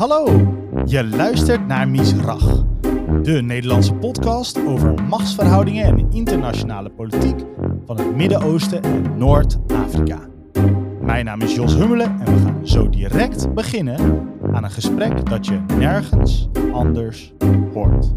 Hallo, je luistert naar Misrach, de Nederlandse podcast over machtsverhoudingen en internationale politiek van het Midden-Oosten en Noord-Afrika. Mijn naam is Jos Hummelen en we gaan zo direct beginnen aan een gesprek dat je nergens anders hoort.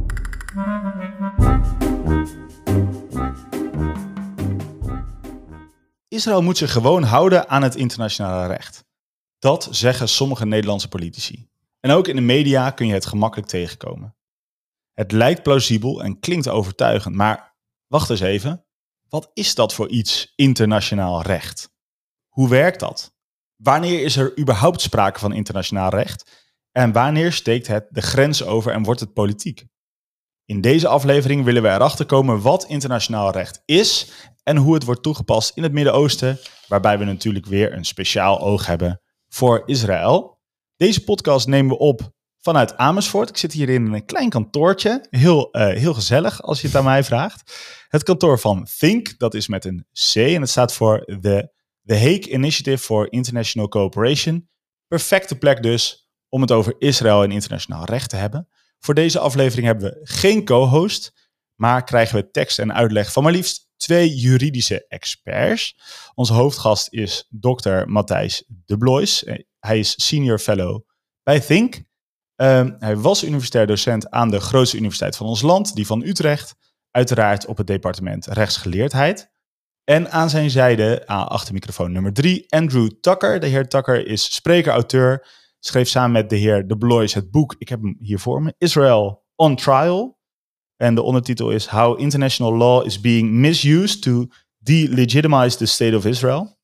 Israël moet zich gewoon houden aan het internationale recht. Dat zeggen sommige Nederlandse politici. En ook in de media kun je het gemakkelijk tegenkomen. Het lijkt plausibel en klinkt overtuigend, maar wacht eens even. Wat is dat voor iets, internationaal recht? Hoe werkt dat? Wanneer is er überhaupt sprake van internationaal recht? En wanneer steekt het de grens over en wordt het politiek? In deze aflevering willen we erachter komen wat internationaal recht is en hoe het wordt toegepast in het Midden-Oosten, waarbij we natuurlijk weer een speciaal oog hebben voor Israël. Deze podcast nemen we op vanuit Amersfoort. Ik zit hier in een klein kantoortje, heel gezellig als je het aan mij vraagt. Het kantoor van Think, dat is met een C en het staat voor The Hague Initiative for International Cooperation. Perfecte plek dus om het over Israël en internationaal recht te hebben. Voor deze aflevering hebben we geen co-host, maar krijgen we tekst en uitleg van maar liefst 2 juridische experts. Onze hoofdgast is Dr. Matthijs de Blois. Hij is senior fellow bij Think. Hij was universitair docent aan de grootste universiteit van ons land, die van Utrecht. Uiteraard op het departement rechtsgeleerdheid. En aan zijn zijde, achter microfoon nummer 3, Andrew Tucker. De heer Tucker is spreker-auteur. Schreef samen met de heer de Blois het boek, ik heb hem hier voor me, Israel on Trial. En de ondertitel is How International Law is Being Misused to Delegitimize the State of Israel.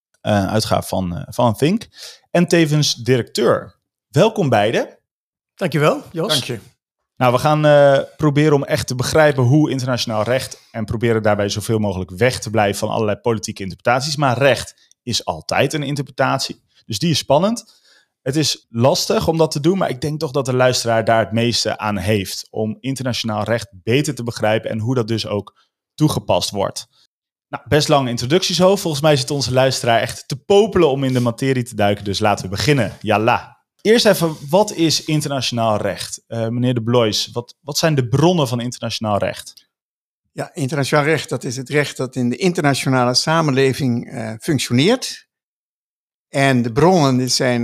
Uitgave van Think. En tevens directeur. Welkom beiden. Dankjewel, Jos. Dank je. Nou, we gaan proberen om echt te begrijpen hoe internationaal recht en proberen daarbij zoveel mogelijk weg te blijven van allerlei politieke interpretaties. Maar recht is altijd een interpretatie, dus die is spannend. Het is lastig om dat te doen, maar ik denk toch dat de luisteraar daar het meeste aan heeft om internationaal recht beter te begrijpen en hoe dat dus ook toegepast wordt. Nou, best lange introductie zo. Volgens mij zit onze luisteraar echt te popelen om in de materie te duiken, dus laten we beginnen. Yalla. Eerst even, wat is internationaal recht? Meneer de Blois, wat zijn de bronnen van internationaal recht? Ja, internationaal recht, dat is het recht dat in de internationale samenleving functioneert. En de bronnen, dit zijn,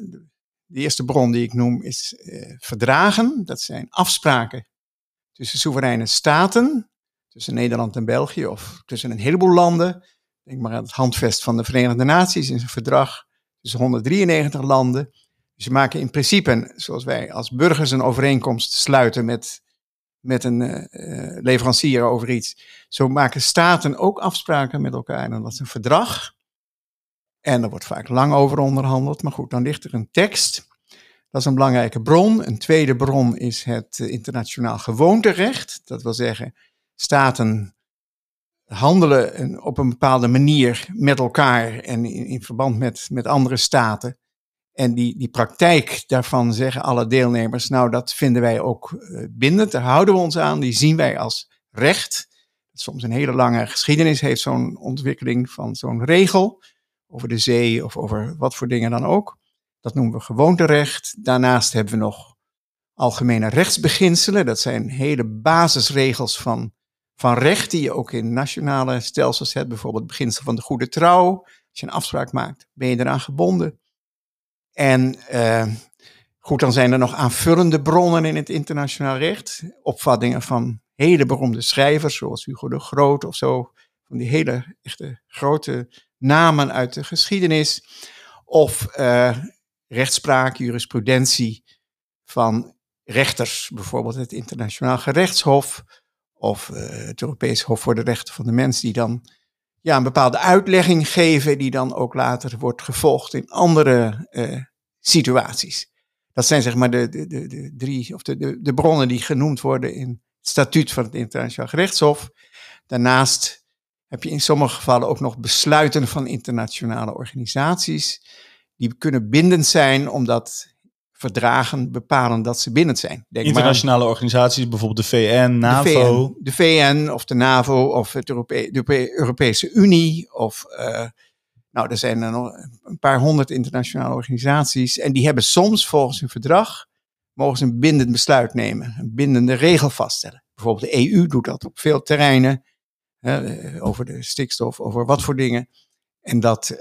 de eerste bron die ik noem is verdragen. Dat zijn afspraken tussen soevereine staten, tussen Nederland en België of tussen een heleboel landen. Denk maar aan het handvest van de Verenigde Naties, is een verdrag tussen 193 landen. Dus je maakt in principe, zoals wij als burgers een overeenkomst sluiten met een leverancier over iets. Zo maken staten ook afspraken met elkaar en dat is een verdrag. En daar wordt vaak lang over onderhandeld. Maar goed, dan ligt er een tekst. Dat is een belangrijke bron. Een tweede bron is het internationaal gewoonterecht. Dat wil zeggen, staten handelen op een bepaalde manier met elkaar en in verband met andere staten. En die praktijk daarvan zeggen alle deelnemers, nou dat vinden wij ook bindend, daar houden we ons aan, die zien wij als recht. Soms een hele lange geschiedenis heeft zo'n ontwikkeling van zo'n regel, over de zee of over wat voor dingen dan ook. Dat noemen we gewoonterecht. Daarnaast hebben we nog algemene rechtsbeginselen, dat zijn hele basisregels van recht die je ook in nationale stelsels hebt, bijvoorbeeld het beginsel van de goede trouw. Als je een afspraak maakt, ben je eraan gebonden. En goed, dan zijn er nog aanvullende bronnen in het internationaal recht. Opvattingen van hele beroemde schrijvers, zoals Hugo de Groot of zo. Van die hele echte grote namen uit de geschiedenis. Of rechtspraak, jurisprudentie van rechters. Bijvoorbeeld het Internationaal Gerechtshof of het Europees Hof voor de Rechten van de Mens. Die dan een bepaalde uitlegging geven die dan ook later wordt gevolgd in andere situaties. Dat zijn zeg maar de 3 of de bronnen die genoemd worden in het statuut van het Internationaal Gerechtshof. Daarnaast heb je in sommige gevallen ook nog besluiten van internationale organisaties. Die kunnen bindend zijn omdat verdragen bepalen dat ze bindend zijn. Denk internationale organisaties, bijvoorbeeld de VN, NAVO. De VN of de NAVO of de Europese Unie of Nou, er zijn er nog een paar honderd internationale organisaties en die hebben soms volgens hun verdrag mogen ze een bindend besluit nemen, een bindende regel vaststellen. Bijvoorbeeld de EU doet dat op veel terreinen, over de stikstof, over wat voor dingen. En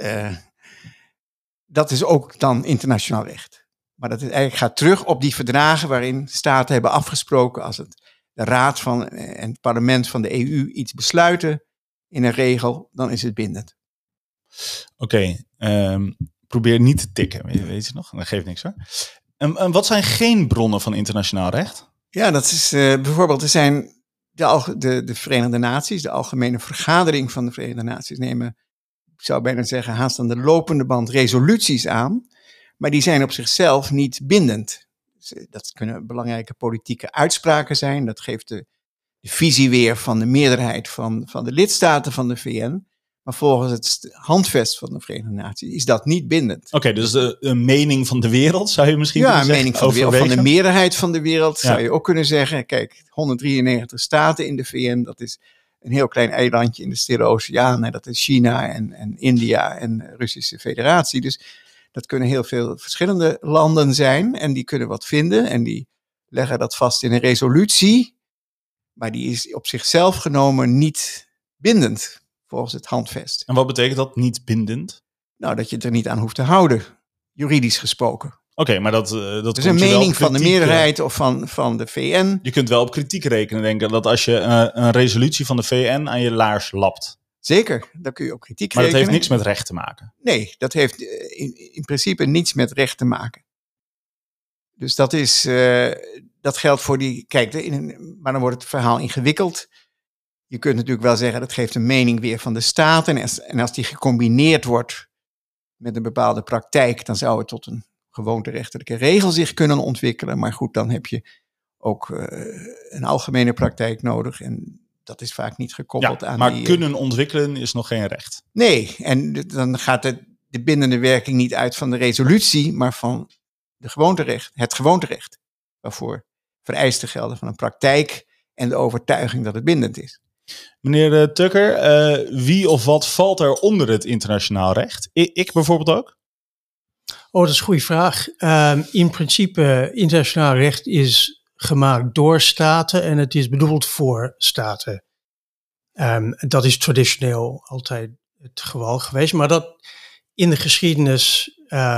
dat is ook dan internationaal recht. Maar dat eigenlijk gaat terug op die verdragen waarin staten hebben afgesproken als de Raad en het parlement van de EU iets besluiten in een regel, dan is het bindend. Oké, probeer niet te tikken, weet je nog? Dat geeft niks hoor. En wat zijn geen bronnen van internationaal recht? Ja, dat is bijvoorbeeld, er zijn de Verenigde Naties, de Algemene Vergadering van de Verenigde Naties nemen, ik zou bijna zeggen, haast aan de lopende band resoluties aan, maar die zijn op zichzelf niet bindend. Dat kunnen belangrijke politieke uitspraken zijn, dat geeft de visie weer van de meerderheid van de lidstaten van de VN. Maar volgens het handvest van de Verenigde Naties is dat niet bindend. Oké, dus de mening van de wereld zou je misschien kunnen zeggen? Ja, een mening van de wereld, van de meerderheid van de wereld zou je ook kunnen zeggen. Kijk, 193 staten in de VN, dat is een heel klein eilandje in de Stille Oceaan. Dat is China en India en de Russische Federatie. Dus dat kunnen heel veel verschillende landen zijn en die kunnen wat vinden en die leggen dat vast in een resolutie. Maar die is op zichzelf genomen niet bindend. Volgens het handvest. En wat betekent dat, niet bindend? Nou, dat je het er niet aan hoeft te houden, juridisch gesproken. Oké, maar dat is een mening van de meerderheid of van de VN. Je kunt wel op kritiek rekenen, denk ik, dat als je een resolutie van de VN aan je laars lapt. Zeker, daar kun je op kritiek rekenen. Maar dat heeft niks met recht te maken. Nee, dat heeft in principe niets met recht te maken. Dus dat geldt voor die... Kijk, maar dan wordt het verhaal ingewikkeld. Je kunt natuurlijk wel zeggen, dat geeft een mening weer van de staten. En als die gecombineerd wordt met een bepaalde praktijk, dan zou het tot een gewoonterechtelijke regel zich kunnen ontwikkelen. Maar goed, dan heb je ook een algemene praktijk nodig. En dat is vaak niet gekoppeld aan maar kunnen ontwikkelen is nog geen recht. Nee, en dan gaat de bindende werking niet uit van de resolutie, maar van het gewoonterecht. Waarvoor vereisten gelden van een praktijk en de overtuiging dat het bindend is. Meneer Tucker, wie of wat valt er onder het internationaal recht? Ik bijvoorbeeld ook? Oh, dat is een goede vraag. In principe, internationaal recht is gemaakt door staten en het is bedoeld voor staten. Dat is traditioneel altijd het geval geweest. Maar dat in de geschiedenis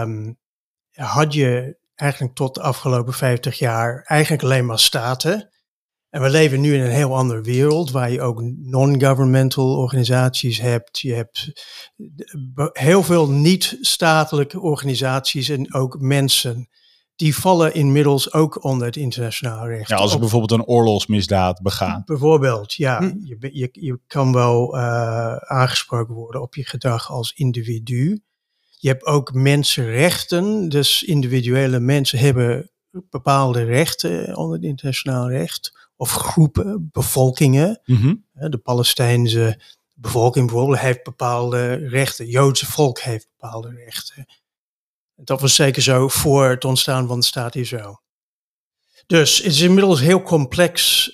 had je eigenlijk tot de afgelopen 50 jaar eigenlijk alleen maar staten. En we leven nu in een heel andere wereld waar je ook non-governmental organisaties hebt. Je hebt heel veel niet-statelijke organisaties en ook mensen. Die vallen inmiddels ook onder het internationaal recht. Ja, als ik bijvoorbeeld een oorlogsmisdaad bega. Bijvoorbeeld, ja. Je kan wel aangesproken worden op je gedrag als individu. Je hebt ook mensenrechten. Dus individuele mensen hebben bepaalde rechten onder het internationaal recht. Of groepen, bevolkingen. Mm-hmm. De Palestijnse bevolking bijvoorbeeld heeft bepaalde rechten. Het Joodse volk heeft bepaalde rechten. Dat was zeker zo voor het ontstaan van de staat Israël. Dus het is inmiddels heel complex.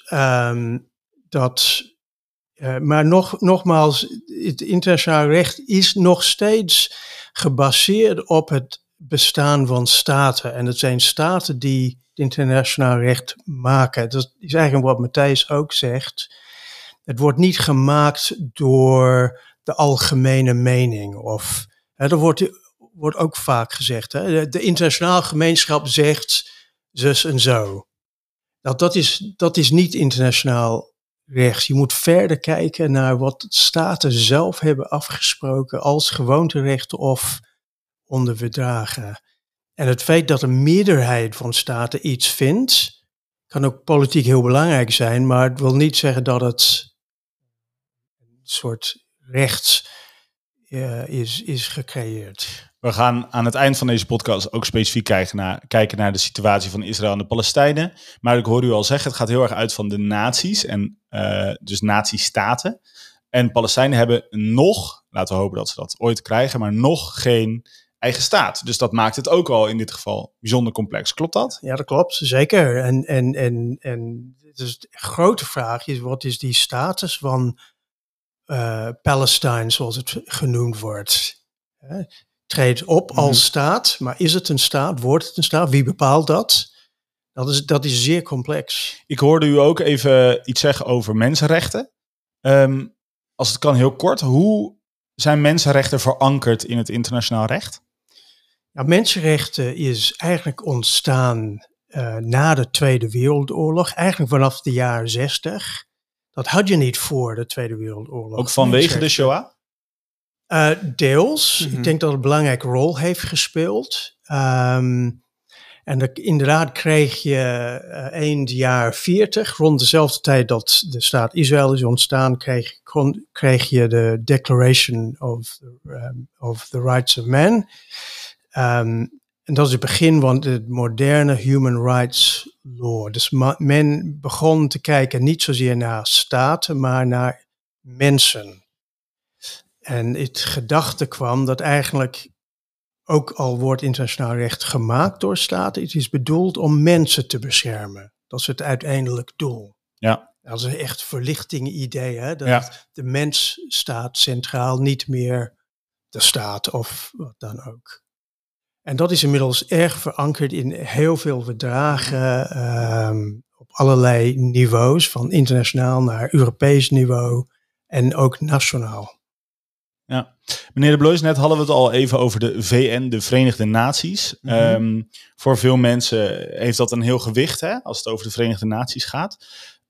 Maar nogmaals, het internationaal recht is nog steeds gebaseerd op het bestaan van staten. En het zijn staten die het internationaal recht maken. Dat is eigenlijk wat Matthijs ook zegt. Het wordt niet gemaakt door de algemene mening. Of er wordt ook vaak gezegd. De internationale gemeenschap zegt zus en zo. Dat is niet internationaal recht. Je moet verder kijken naar wat staten zelf hebben afgesproken als gewoonterechten of onder verdragen. En het feit dat een meerderheid van staten iets vindt, kan ook politiek heel belangrijk zijn, maar het wil niet zeggen dat het een soort recht is gecreëerd. We gaan aan het eind van deze podcast ook specifiek kijken naar de situatie van Israël en de Palestijnen. Maar ik hoor u al zeggen, het gaat heel erg uit van de naties en dus natiestaten. En Palestijnen hebben nog, laten we hopen dat ze dat ooit krijgen, maar nog geen eigen staat. Dus dat maakt het ook al in dit geval bijzonder complex. Klopt dat? Ja, dat klopt, zeker. En dus de grote vraag is, wat is die status van Palestijn, zoals het genoemd wordt? treedt op als staat, maar is het een staat? Wordt het een staat? Wie bepaalt dat? Dat is zeer complex. Ik hoorde u ook even iets zeggen over mensenrechten. Als het kan heel kort, hoe zijn mensenrechten verankerd in het internationaal recht? Nou, mensenrechten is eigenlijk ontstaan na de Tweede Wereldoorlog, eigenlijk vanaf de jaren 60. Dat had je niet voor de Tweede Wereldoorlog. Ook vanwege de Shoah? Deels. Ik denk dat het een belangrijke rol heeft gespeeld. En inderdaad kreeg je eind jaren 40, rond dezelfde tijd dat de staat Israël is ontstaan, kreeg je de Declaration of the Rights of Man. En dat is het begin van de moderne human rights law. Dus men begon te kijken niet zozeer naar staten, maar naar mensen. En het gedachte kwam dat eigenlijk, ook al wordt internationaal recht gemaakt door staten, het is bedoeld om mensen te beschermen. Dat is het uiteindelijk doel. Ja. Dat is een echt verlichting idee, hè? Dat de mens staat centraal, niet meer de staat of wat dan ook. En dat is inmiddels erg verankerd in heel veel verdragen op allerlei niveaus, van internationaal naar Europees niveau en ook nationaal. Ja, meneer de Blois, net hadden we het al even over de VN, de Verenigde Naties. Voor veel mensen heeft dat een heel gewicht, hè, als het over de Verenigde Naties gaat.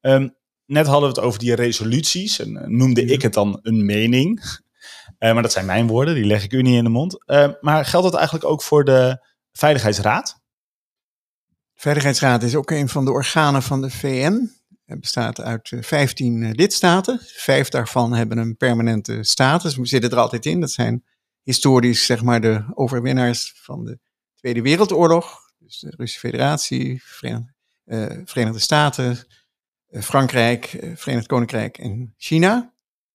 Net hadden we het over die resoluties en noemde ik het dan een mening. Maar dat zijn mijn woorden, die leg ik u niet in de mond. Maar geldt dat eigenlijk ook voor de Veiligheidsraad? De Veiligheidsraad is ook een van de organen van de VN. Het bestaat uit 15 lidstaten. 5 daarvan hebben een permanente status. We zitten er altijd in. Dat zijn historisch, zeg maar, de overwinnaars van de Tweede Wereldoorlog. Dus de Russische Federatie, Verenigde Staten, Frankrijk, Verenigd Koninkrijk en China.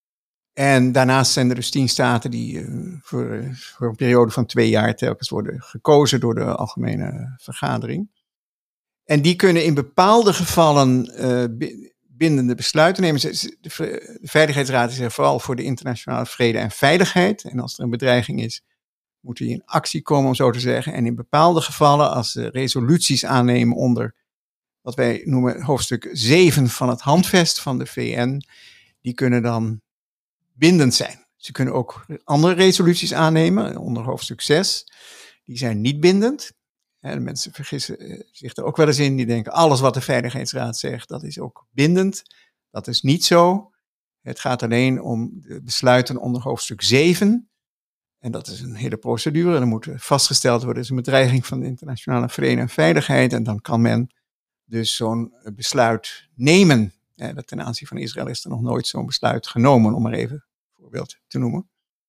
En daarnaast zijn er dus 10 staten die voor een periode van 2 jaar telkens worden gekozen door de Algemene Vergadering. En die kunnen in bepaalde gevallen bindende besluiten nemen. De Veiligheidsraad is er vooral voor de internationale vrede en veiligheid. En als er een bedreiging is, moet die in actie komen, om zo te zeggen. En in bepaalde gevallen, als ze resoluties aannemen onder wat wij noemen hoofdstuk 7 van het handvest van de VN, die kunnen dan bindend zijn. Ze kunnen ook andere resoluties aannemen onder hoofdstuk 6. Die zijn niet bindend. En mensen vergissen zich er ook wel eens in. Die denken, alles wat de Veiligheidsraad zegt, dat is ook bindend. Dat is niet zo. Het gaat alleen om de besluiten onder hoofdstuk 7. En dat is een hele procedure. Er moet vastgesteld worden, is een bedreiging van de internationale vrede en veiligheid. En dan kan men dus zo'n besluit nemen. Ten aanzien van Israël is er nog nooit zo'n besluit genomen, om maar even een voorbeeld te noemen.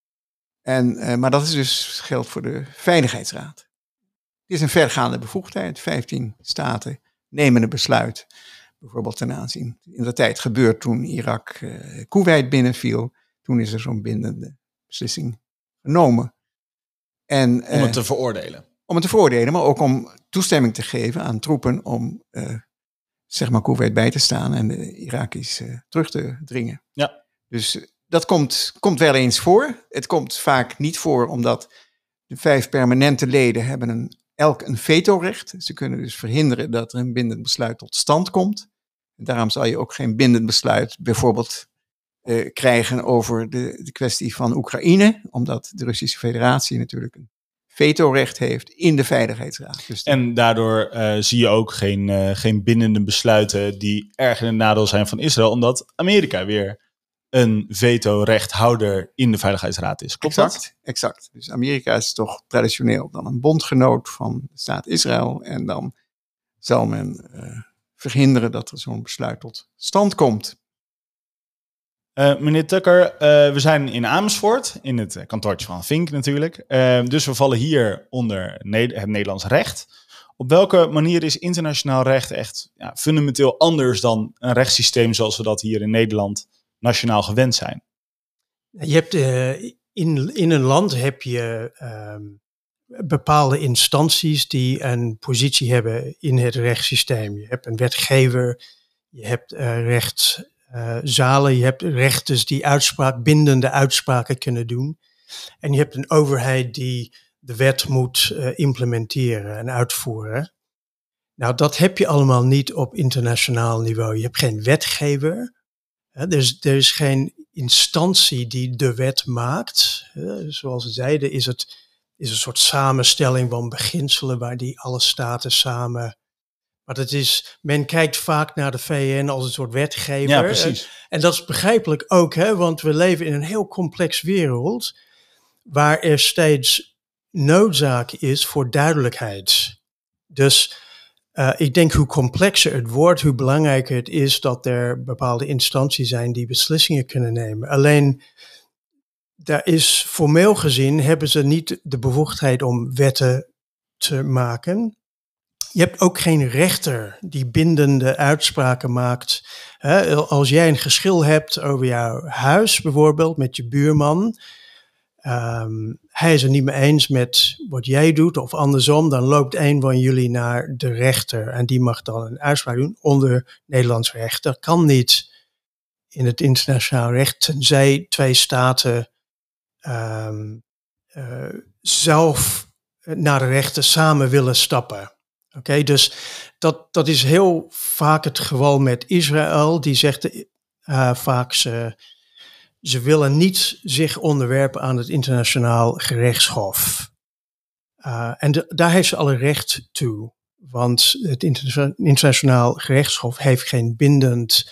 Maar dat is dus geldt voor de Veiligheidsraad. Het is een vergaande bevoegdheid. 15 staten nemen een besluit. Bijvoorbeeld ten aanzien. In de tijd gebeurd toen Irak Koeweit binnenviel. Toen is er zo'n bindende beslissing genomen. Om het te veroordelen. Om het te veroordelen, maar ook om toestemming te geven aan troepen om zeg maar Koeweit bij te staan en de Iraki's terug te dringen. Ja. Dus dat komt wel eens voor. Het komt vaak niet voor omdat de 5 permanente leden hebben elk een vetorecht. Ze kunnen dus verhinderen dat er een bindend besluit tot stand komt. En daarom zal je ook geen bindend besluit bijvoorbeeld krijgen over de kwestie van Oekraïne, omdat de Russische Federatie natuurlijk een vetorecht heeft in de Veiligheidsraad. Dus en daardoor zie je ook geen bindende besluiten die erg in het nadeel zijn van Israël, omdat Amerika weer een vetorechthouder in de Veiligheidsraad is. Klopt dat? Exact. Dus Amerika is toch traditioneel dan een bondgenoot van de staat Israël. En dan zal men verhinderen dat er zo'n besluit tot stand komt. Meneer Tucker, we zijn in Amersfoort, in het kantoortje van Vink natuurlijk. Dus we vallen hier onder het Nederlands recht. Op welke manier is internationaal recht echt fundamenteel anders dan een rechtssysteem zoals we dat hier in Nederland nationaal gewend zijn? Je hebt in een land heb je bepaalde instanties die een positie hebben in het rechtssysteem. Je hebt een wetgever, je hebt rechtszalen, je hebt rechters die bindende uitspraken kunnen doen. En je hebt een overheid die de wet moet implementeren en uitvoeren. Nou, dat heb je allemaal niet op internationaal niveau. Je hebt geen wetgever. Er is geen instantie die de wet maakt. Zoals we zeiden, is een soort samenstelling van beginselen waar die alle staten samen... Maar men kijkt vaak naar de VN als een soort wetgever. Ja, precies. En dat is begrijpelijk ook, want we leven in een heel complex wereld waar er steeds noodzaak is voor duidelijkheid. Dus ik denk hoe complexer het wordt, hoe belangrijker het is dat er bepaalde instanties zijn die beslissingen kunnen nemen. Alleen, daar is formeel gezien, hebben ze niet de bevoegdheid om wetten te maken. Je hebt ook geen rechter die bindende uitspraken maakt. Als jij een geschil hebt over jouw huis bijvoorbeeld met je buurman. Hij is het niet mee eens met wat jij doet of andersom. Dan loopt een van jullie naar de rechter en die mag dan een uitspraak doen onder Nederlands recht. Dat kan niet in het internationaal recht, tenzij twee staten zelf naar de rechter samen willen stappen. Oké, dus dat is heel vaak het geval met Israël. Die zegt vaak ze willen niet zich onderwerpen aan het internationaal gerechtshof. En daar heeft ze alle recht toe. Want het internationaal gerechtshof heeft geen bindend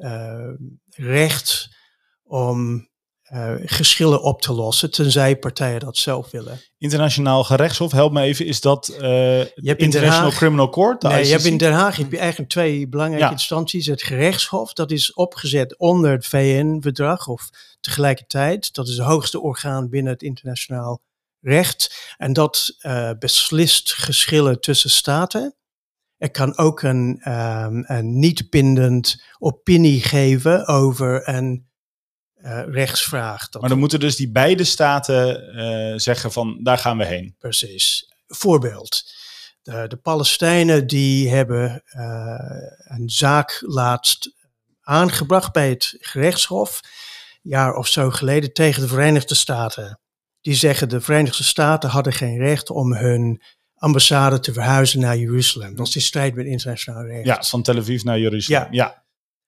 recht om geschillen op te lossen, tenzij partijen dat zelf willen. Internationaal gerechtshof, help me even, is dat International Criminal Court? Nee, je hebt in Den Haag heb je eigenlijk twee belangrijke instanties. Het gerechtshof, dat is opgezet onder het VN-verdrag of tegelijkertijd. Dat is het hoogste orgaan binnen het internationaal recht. En dat beslist geschillen tussen staten. Er kan ook een niet bindend opinie geven over een rechtsvraag. Maar dan moeten dus die beide staten zeggen van daar gaan we heen. Precies. Voorbeeld. De Palestijnen die hebben een zaak laatst aangebracht bij het gerechtshof, een jaar of zo geleden, tegen de Verenigde Staten. Die zeggen de Verenigde Staten hadden geen recht om hun ambassade te verhuizen naar Jeruzalem. Dat is die strijd met internationaal recht. Ja, van Tel Aviv naar Jeruzalem. Ja.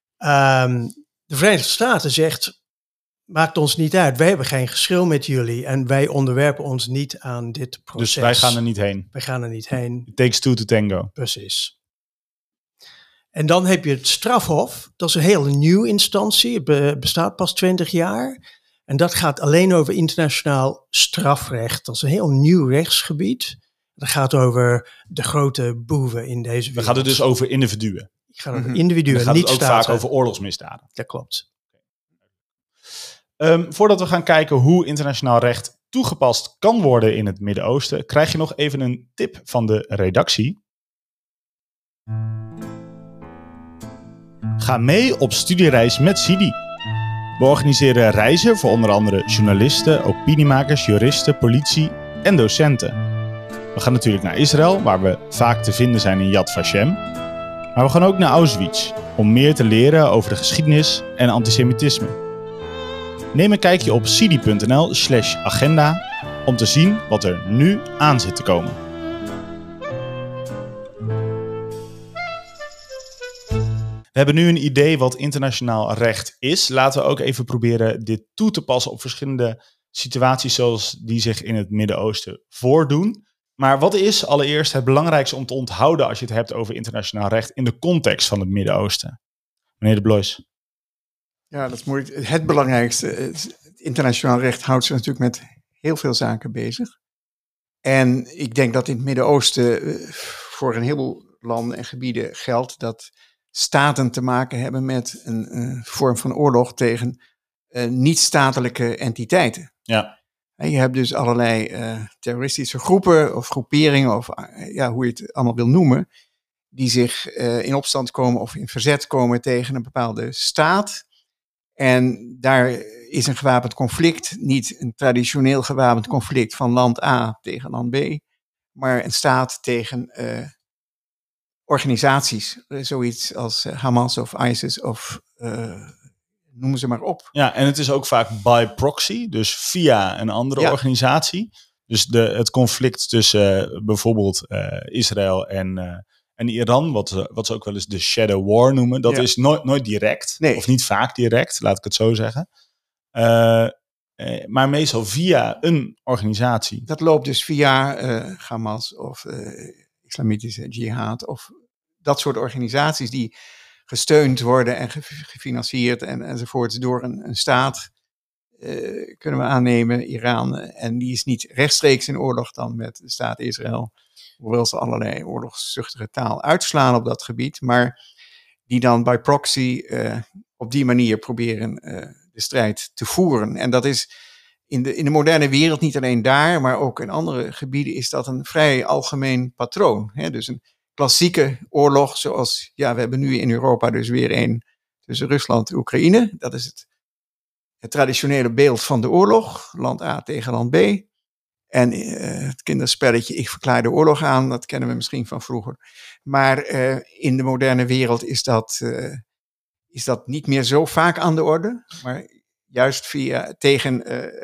De Verenigde Staten zegt, maakt ons niet uit. Wij hebben geen geschil met jullie en wij onderwerpen ons niet aan dit proces. Dus wij gaan er niet heen. Wij gaan er niet heen. It takes two to tango. Precies. En dan heb je het strafhof. Dat is een hele nieuwe instantie. Het bestaat pas 20 jaar. En dat gaat alleen over internationaal strafrecht. Dat is een heel nieuw rechtsgebied. Dat gaat over de grote boeven in deze wereld. Dan gaat het dus over individuen. Het gaat over individuen, dan gaat niet het ook staten. vaak over oorlogsmisdaden. Dat klopt. Voordat we gaan kijken hoe internationaal recht toegepast kan worden in het Midden-Oosten, krijg je nog even een tip van de redactie. Ga mee op studiereis met Sidi. We organiseren reizen voor onder andere journalisten, opiniemakers, juristen, politie en docenten. We gaan natuurlijk naar Israël, waar we vaak te vinden zijn in Yad Vashem. Maar we gaan ook naar Auschwitz, om meer te leren over de geschiedenis en antisemitisme. Neem een kijkje op sidi.nl/agenda om te zien wat er nu aan zit te komen. We hebben nu een idee wat internationaal recht is. Laten we ook even proberen dit toe te passen op verschillende situaties zoals die zich in het Midden-Oosten voordoen. Maar wat is allereerst het belangrijkste om te onthouden als je het hebt over internationaal recht in de context van het Midden-Oosten? Meneer De Blois. Ja, dat is moeilijk. Het belangrijkste, het internationaal recht houdt zich natuurlijk met heel veel zaken bezig. En ik denk dat in het Midden-Oosten voor een heleboel landen en gebieden geldt dat staten te maken hebben met een vorm van oorlog tegen niet-statelijke entiteiten. Ja. En je hebt dus allerlei terroristische groepen of groeperingen, of hoe je het allemaal wil noemen, die zich in opstand komen of in verzet komen tegen een bepaalde staat. En daar is een gewapend conflict, niet een traditioneel gewapend conflict van land A tegen land B, maar een staat tegen organisaties, zoiets als Hamas of ISIS of noem ze maar op. Ja, en het is ook vaak by proxy, dus via een andere organisatie. Dus het conflict tussen bijvoorbeeld Israël en Iran, wat ze ook wel eens de shadow war noemen, dat is nooit direct, of niet vaak direct, laat ik het zo zeggen. Maar meestal via een organisatie. Dat loopt dus via Hamas of Islamitische Jihad of dat soort organisaties die gesteund worden en gefinancierd enzovoorts door een staat, kunnen we aannemen, Iran. En die is niet rechtstreeks in oorlog dan met de staat Israël, hoewel ze allerlei oorlogszuchtige taal uitslaan op dat gebied, maar die dan by proxy op die manier proberen de strijd te voeren. En dat is in de moderne wereld, niet alleen daar, maar ook in andere gebieden, is dat een vrij algemeen patroon. Hè? Dus een klassieke oorlog, zoals we hebben nu in Europa dus weer een tussen Rusland en Oekraïne. Dat is het traditionele beeld van de oorlog, land A tegen land B. En het kinderspelletje, ik verklaar de oorlog aan, dat kennen we misschien van vroeger. Maar in de moderne wereld is dat niet meer zo vaak aan de orde, maar juist tegen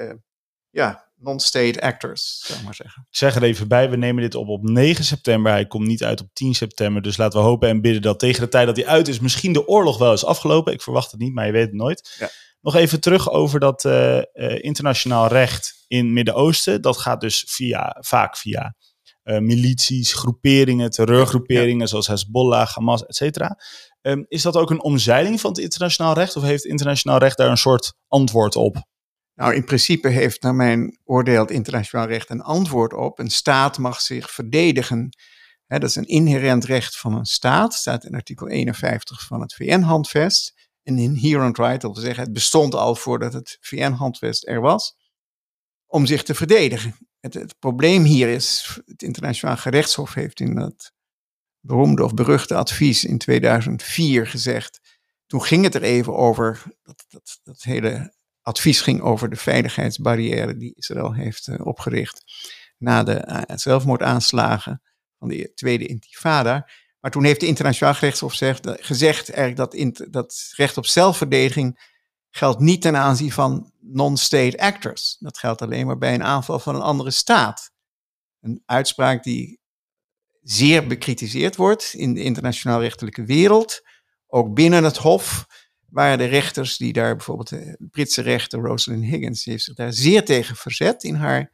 non-state actors, zou ik maar zeggen. Ik zeg er even bij, we nemen dit op 9 september. Hij komt niet uit op 10 september. Dus laten we hopen en bidden dat tegen de tijd dat hij uit is, misschien de oorlog wel is afgelopen. Ik verwacht het niet, maar je weet het nooit. Ja. Nog even terug over dat internationaal recht in het Midden-Oosten. Dat gaat dus vaak via milities, groeperingen, terreurgroeperingen zoals Hezbollah, Hamas, et cetera. Is dat ook een omzeiling van het internationaal recht? Of heeft het internationaal recht daar een soort antwoord op? Nou, in principe heeft naar mijn oordeel het internationaal recht een antwoord op. Een staat mag zich verdedigen. Dat is een inherent recht van een staat. Staat in artikel 51 van het VN-handvest. Een inherent right, dat wil zeggen, het bestond al voordat het VN-handvest er was. Om zich te verdedigen. Het probleem hier is, het internationaal gerechtshof heeft in dat beroemde of beruchte advies in 2004 gezegd. Toen ging het er even over, dat hele advies ging over de veiligheidsbarrière die Israël heeft opgericht na de zelfmoordaanslagen van de tweede intifada. Maar toen heeft de internationaal gerechtshof gezegd eigenlijk dat recht op zelfverdediging geldt niet ten aanzien van non-state actors. Dat geldt alleen maar bij een aanval van een andere staat. Een uitspraak die zeer bekritiseerd wordt in de internationaal rechtelijke wereld, ook binnen het hof, waar de rechters die daar, bijvoorbeeld de Britse rechter Rosalind Higgins, die heeft zich daar zeer tegen verzet in haar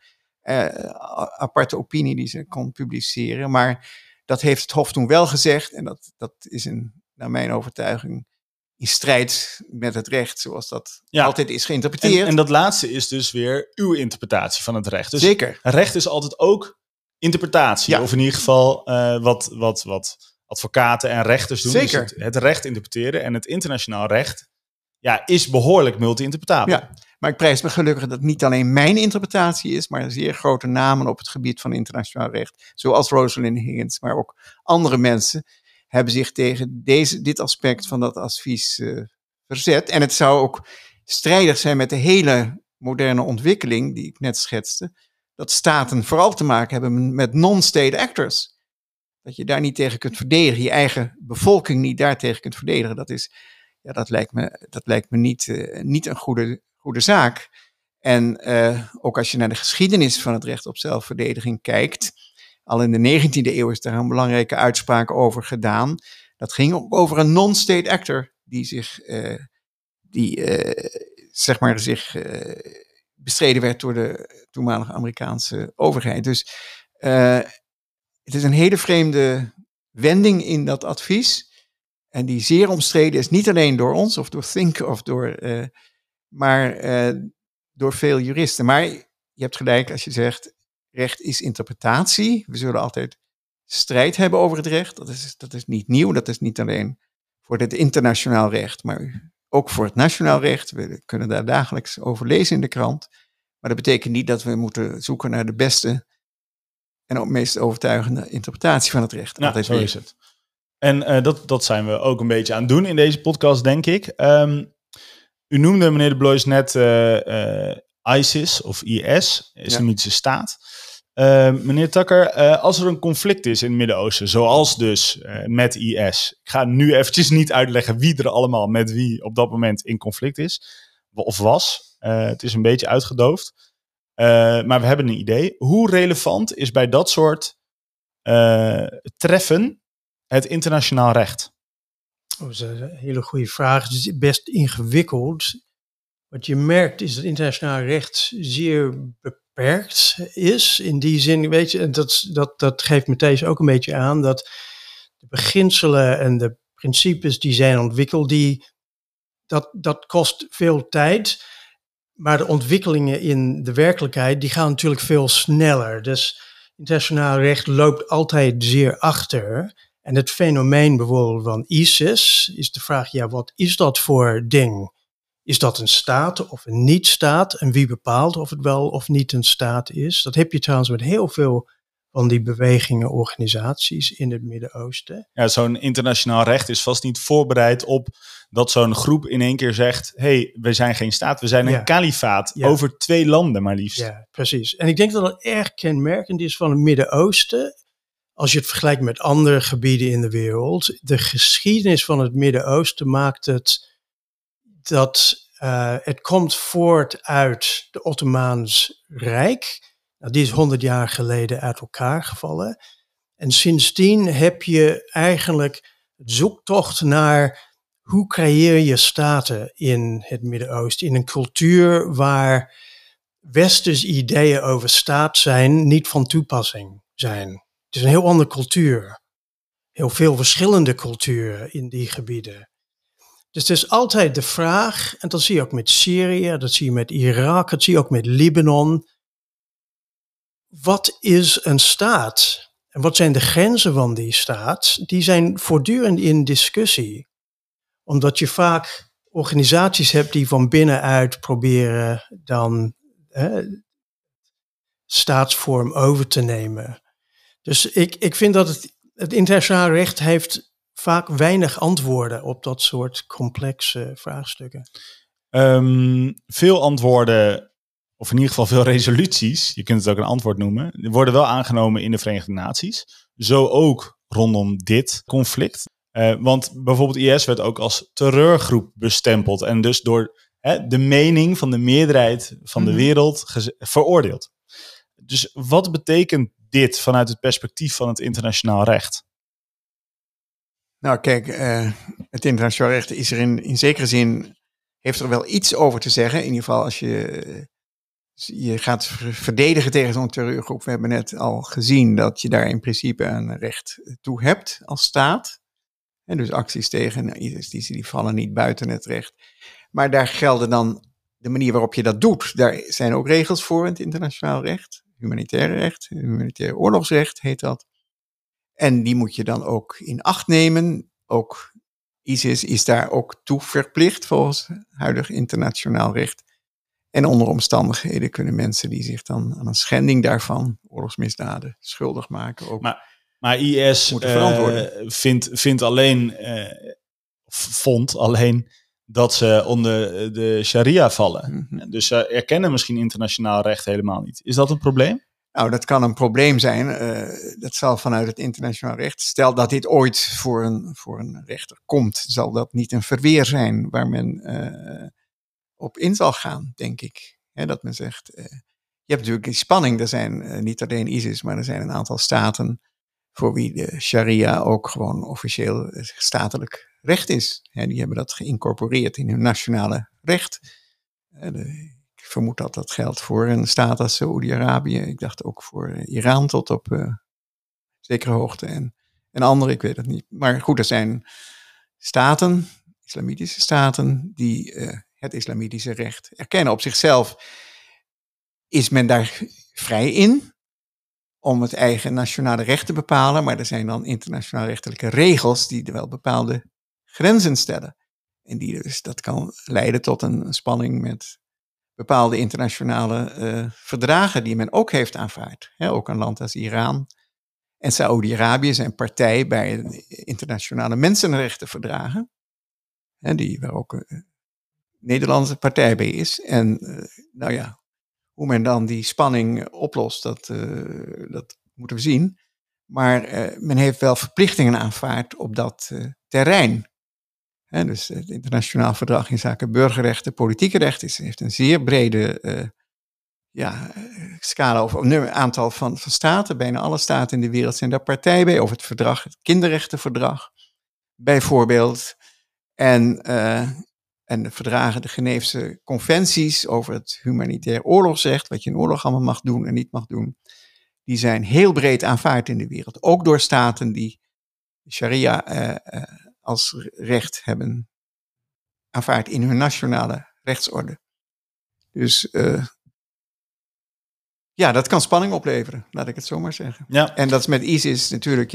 aparte opinie die ze kon publiceren. Maar dat heeft het hof toen wel gezegd en dat is naar mijn overtuiging in strijd met het recht zoals dat altijd is geïnterpreteerd. En dat laatste is dus weer uw interpretatie van het recht. Dus zeker. Recht is altijd ook interpretatie. Ja. Of in ieder geval wat advocaten en rechters doen. Zeker. Dus het recht interpreteren. En het internationaal recht is behoorlijk multi-interpretabel. Ja, maar ik prijs me gelukkig dat het niet alleen mijn interpretatie is, maar zeer grote namen op het gebied van internationaal recht, zoals Rosalind Higgins, maar ook andere mensen, hebben zich tegen dit aspect van dat advies verzet. En het zou ook strijdig zijn met de hele moderne ontwikkeling die ik net schetste, dat staten vooral te maken hebben met non-state actors. Dat je daar niet tegen kunt verdedigen, je eigen bevolking niet daartegen kunt verdedigen. Dat lijkt me niet een goede zaak. En ook als je naar de geschiedenis van het recht op zelfverdediging kijkt, al in de 19e eeuw is daar een belangrijke uitspraak over gedaan. Dat ging ook over een non-state actor die zich bestreden werd door de toenmalige Amerikaanse overheid. Dus het is een hele vreemde wending in dat advies. En die zeer omstreden is, niet alleen door ons of door Think of maar door veel juristen. Maar je hebt gelijk als je zegt, recht is interpretatie. We zullen altijd strijd hebben over het recht. Dat is niet nieuw. Dat is niet alleen voor het internationaal recht, maar ook voor het nationaal recht. We kunnen daar dagelijks over lezen in de krant. Maar dat betekent niet dat we moeten zoeken naar de beste en ook meest overtuigende interpretatie van het recht. Ja, zo is het. En dat zijn we ook een beetje aan het doen in deze podcast, denk ik. U noemde, meneer de Blois, net ISIS of IS, Islamitische Staat. Meneer Takker, als er een conflict is in het Midden-Oosten, zoals dus met IS. Ik ga nu eventjes niet uitleggen wie er allemaal met wie op dat moment in conflict is. Of was. Het is een beetje uitgedoofd. Maar we hebben een idee. Hoe relevant is bij dat soort treffen het internationaal recht? Dat is een hele goede vraag. Het is best ingewikkeld. Wat je merkt is dat internationaal recht zeer beperkt is. In die zin, weet je, en dat geeft Matthijs ook een beetje aan, dat de beginselen en de principes die zijn ontwikkeld, dat kost veel tijd. Maar de ontwikkelingen in de werkelijkheid, die gaan natuurlijk veel sneller. Dus internationaal recht loopt altijd zeer achter. En het fenomeen bijvoorbeeld van ISIS is de vraag, ja, wat is dat voor ding? Is dat een staat of een niet-staat? En wie bepaalt of het wel of niet een staat is? Dat heb je trouwens met heel veel van die bewegingen, organisaties in het Midden-Oosten. Ja, zo'n internationaal recht is vast niet voorbereid op dat zo'n groep in één keer zegt, hey, we zijn geen staat, we zijn een kalifaat over 2 landen maar liefst. Ja, precies. En ik denk dat het erg kenmerkend is van het Midden-Oosten. Als je het vergelijkt met andere gebieden in de wereld. De geschiedenis van het Midden-Oosten maakt het dat het komt voort uit de Ottomaans Rijk. Nou, die is 100 jaar geleden uit elkaar gevallen. En sindsdien heb je eigenlijk zoektocht naar hoe creëer je staten in het Midden-Oosten. In een cultuur waar westerse ideeën over staat zijn niet van toepassing zijn. Het is een heel andere cultuur. Heel veel verschillende culturen in die gebieden. Dus het is altijd de vraag, en dat zie je ook met Syrië, dat zie je met Irak, dat zie je ook met Libanon. Wat is een staat? En wat zijn de grenzen van die staat? Die zijn voortdurend in discussie. Omdat je vaak organisaties hebt die van binnenuit proberen dan staatsvorm over te nemen. Dus ik vind dat het internationaal recht heeft vaak weinig antwoorden op dat soort complexe vraagstukken. Veel antwoorden, of in ieder geval veel resoluties, je kunt het ook een antwoord noemen, worden wel aangenomen in de Verenigde Naties. Zo ook rondom dit conflict. Want bijvoorbeeld IS werd ook als terreurgroep bestempeld en dus door de mening van de meerderheid van de wereld veroordeeld. Dus wat betekent dit vanuit het perspectief van het internationaal recht? Nou kijk, het internationaal recht is er in zekere zin, heeft er wel iets over te zeggen. In ieder geval als je gaat verdedigen tegen zo'n terreurgroep. We hebben net al gezien dat je daar in principe een recht toe hebt als staat. En dus acties tegen ISIS, die vallen niet buiten het recht. Maar daar gelden dan de manier waarop je dat doet. Daar zijn ook regels voor in het internationaal recht. Humanitaire recht, humanitair oorlogsrecht heet dat. En die moet je dan ook in acht nemen. Ook ISIS is daar ook toe verplicht volgens huidig internationaal recht. En onder omstandigheden kunnen mensen die zich dan aan een schending daarvan, oorlogsmisdaden, schuldig maken ook. Maar IS vond alleen dat ze onder de sharia vallen. Dus ze erkennen misschien internationaal recht helemaal niet. Is dat een probleem? Nou, dat kan een probleem zijn. Dat zal vanuit het internationaal recht. Stel dat dit ooit voor een rechter komt, zal dat niet een verweer zijn waar men op in zal gaan, denk ik. Dat men zegt, je hebt natuurlijk die spanning. Er zijn niet alleen ISIS, maar er zijn een aantal staten voor wie de sharia ook gewoon officieel statelijk recht is. Die hebben dat geïncorporeerd in hun nationale recht. Ik vermoed dat dat geldt voor een staat als Saoedi-Arabië. Ik dacht ook voor Iran tot op zekere hoogte. En andere, ik weet het niet. Maar goed, er zijn staten, islamitische staten, die het islamitische recht erkennen. Op zichzelf is men daar vrij in om het eigen nationale recht te bepalen. Maar er zijn dan internationaal rechtelijke regels die wel bepaalde grenzen stellen. En dat kan leiden tot een spanning met bepaalde internationale verdragen die men ook heeft aanvaard. Ook een land als Iran en Saoedi-Arabië zijn partij bij internationale mensenrechtenverdragen. Waar ook Nederlandse partij bij is. En Hoe men dan die spanning oplost, dat moeten we zien. Maar men heeft wel verplichtingen aanvaard op dat terrein. Dus het internationaal verdrag in zaken burgerrechten, politieke rechten heeft een zeer brede scala of een aantal van staten. Bijna alle staten in de wereld zijn daar partij bij. Of het verdrag, het kinderrechtenverdrag bijvoorbeeld. En de verdragen, de Geneefse conventies over het humanitair oorlogsrecht, wat je in oorlog allemaal mag doen en niet mag doen, die zijn heel breed aanvaard in de wereld. Ook door staten die sharia als recht hebben aanvaard in hun nationale rechtsorde. Dus dat kan spanning opleveren, laat ik het zo maar zeggen. Ja. En dat is met ISIS natuurlijk,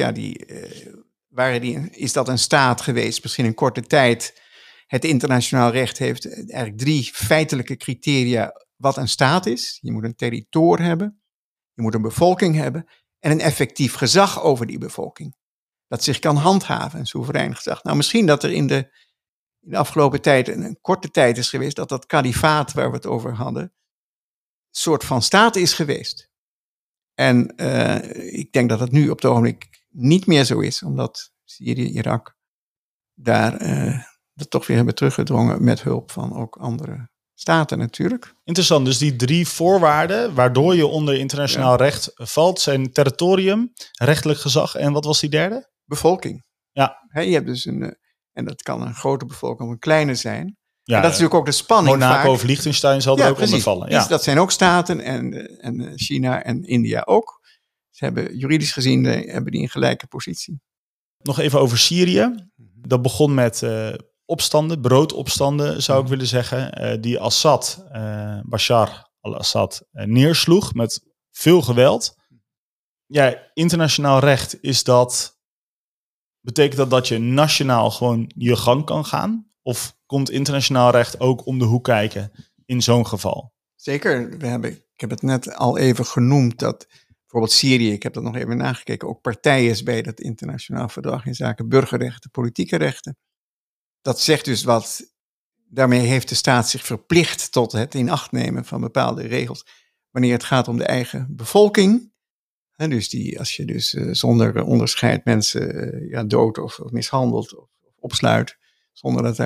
is dat een staat geweest, misschien een korte tijd. Het internationaal recht heeft eigenlijk 3 feitelijke criteria wat een staat is. Je moet een territoor hebben, je moet een bevolking hebben en een effectief gezag over die bevolking. Dat zich kan handhaven, een soeverein gezag. Nou, misschien dat er in de afgelopen tijd een korte tijd is geweest dat kalifaat waar we het over hadden, een soort van staat is geweest. En ik denk dat het nu op het ogenblik niet meer zo is, omdat Syrië, Irak daar dat toch weer hebben teruggedrongen met hulp van ook andere staten natuurlijk. Interessant, dus die 3 voorwaarden waardoor je onder internationaal recht valt zijn territorium, rechtelijk gezag en wat was die derde? Bevolking. Ja. Je hebt dus en dat kan een grote bevolking of een kleine zijn. Ja, en dat is natuurlijk ook de spanning. Monaco of Liechtenstein zal er ook onder vallen. Ja. Dus dat zijn ook staten en China en India ook. Ze hebben juridisch gezien hebben die een gelijke positie. Nog even over Syrië. Dat begon met opstanden, broodopstanden zou ik willen zeggen, die Assad, Bashar al-Assad, neersloeg met veel geweld. Ja, internationaal recht betekent dat je nationaal gewoon je gang kan gaan? Of komt internationaal recht ook om de hoek kijken in zo'n geval? Zeker. Ik heb het net al even genoemd dat bijvoorbeeld Syrië, ik heb dat nog even nagekeken, ook partij is bij dat internationaal verdrag in zaken burgerrechten, politieke rechten. Dat zegt dus daarmee heeft de staat zich verplicht tot het in acht nemen van bepaalde regels wanneer het gaat om de eigen bevolking. Dus als je dus zonder onderscheid mensen doodt of mishandelt of opsluit, zonder dat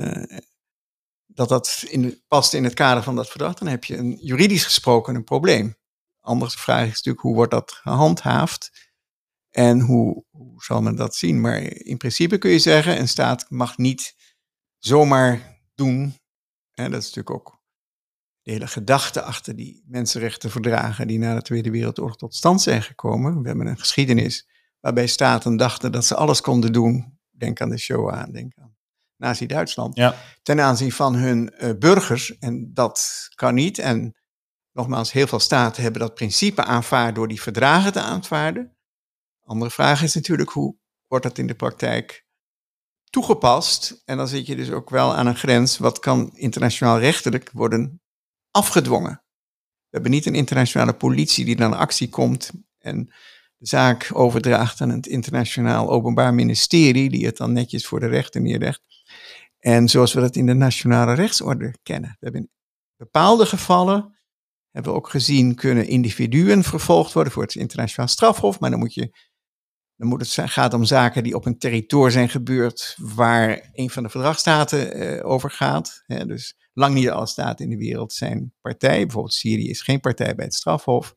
dat past in het kader van dat verdrag, dan heb je juridisch gesproken een probleem. Andere vraag is natuurlijk, hoe wordt dat gehandhaafd en hoe zal men dat zien? Maar in principe kun je zeggen, een staat mag niet zomaar doen. Dat is natuurlijk ook de hele gedachte achter die mensenrechtenverdragen die na de Tweede Wereldoorlog tot stand zijn gekomen. We hebben een geschiedenis waarbij staten dachten dat ze alles konden doen. Denk aan de Shoah, denk aan Nazi-Duitsland. Ja. Ten aanzien van hun burgers. En dat kan niet. En nogmaals, heel veel staten hebben dat principe aanvaard door die verdragen te aanvaarden. Andere vraag is natuurlijk, hoe wordt dat in de praktijk toegepast? En dan zit je dus ook wel aan een grens. Wat kan internationaal rechtelijk worden afgedwongen? We hebben niet een internationale politie die dan in actie komt en de zaak overdraagt aan het internationaal openbaar ministerie, die het dan netjes voor de rechter neerlegt. En zoals we dat in de nationale rechtsorde kennen. We hebben in bepaalde gevallen, hebben we ook gezien, kunnen individuen vervolgd worden voor het internationaal strafhof, maar gaat om zaken die op een territorium zijn gebeurd waar een van de verdragsstaten over gaat. Dus lang niet alle staten in de wereld zijn partij. Bijvoorbeeld Syrië is geen partij bij het strafhof.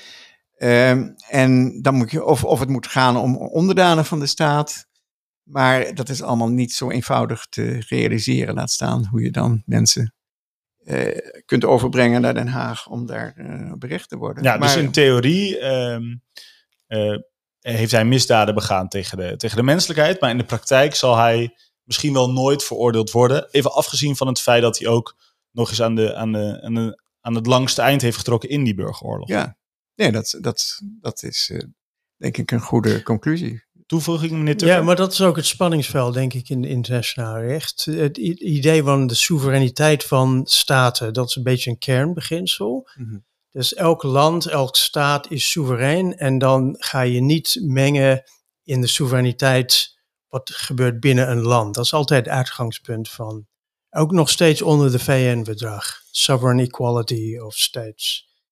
En dan moet je, of het moet gaan om onderdanen van de staat. Maar dat is allemaal niet zo eenvoudig te realiseren. Laat staan hoe je dan mensen kunt overbrengen naar Den Haag om daar berecht te worden. Ja, dus in theorie heeft hij misdaden begaan tegen de menselijkheid. Maar in de praktijk zal hij misschien wel nooit veroordeeld worden. Even afgezien van het feit dat hij ook nog eens aan het langste eind heeft getrokken in die burgeroorlog. Ja, nee, dat is denk ik een goede conclusie. Toevoeging, meneer Tukker? Ja, maar dat is ook het spanningsveld, denk ik, in internationaal recht. Het idee van de soevereiniteit van staten, dat is een beetje een kernbeginsel. Mm-hmm. Dus elk land, elk staat is soeverein en dan ga je niet mengen in de soevereiniteit wat gebeurt binnen een land. Dat is altijd het uitgangspunt van, ook nog steeds onder de VN-verdrag, Sovereign Equality of States.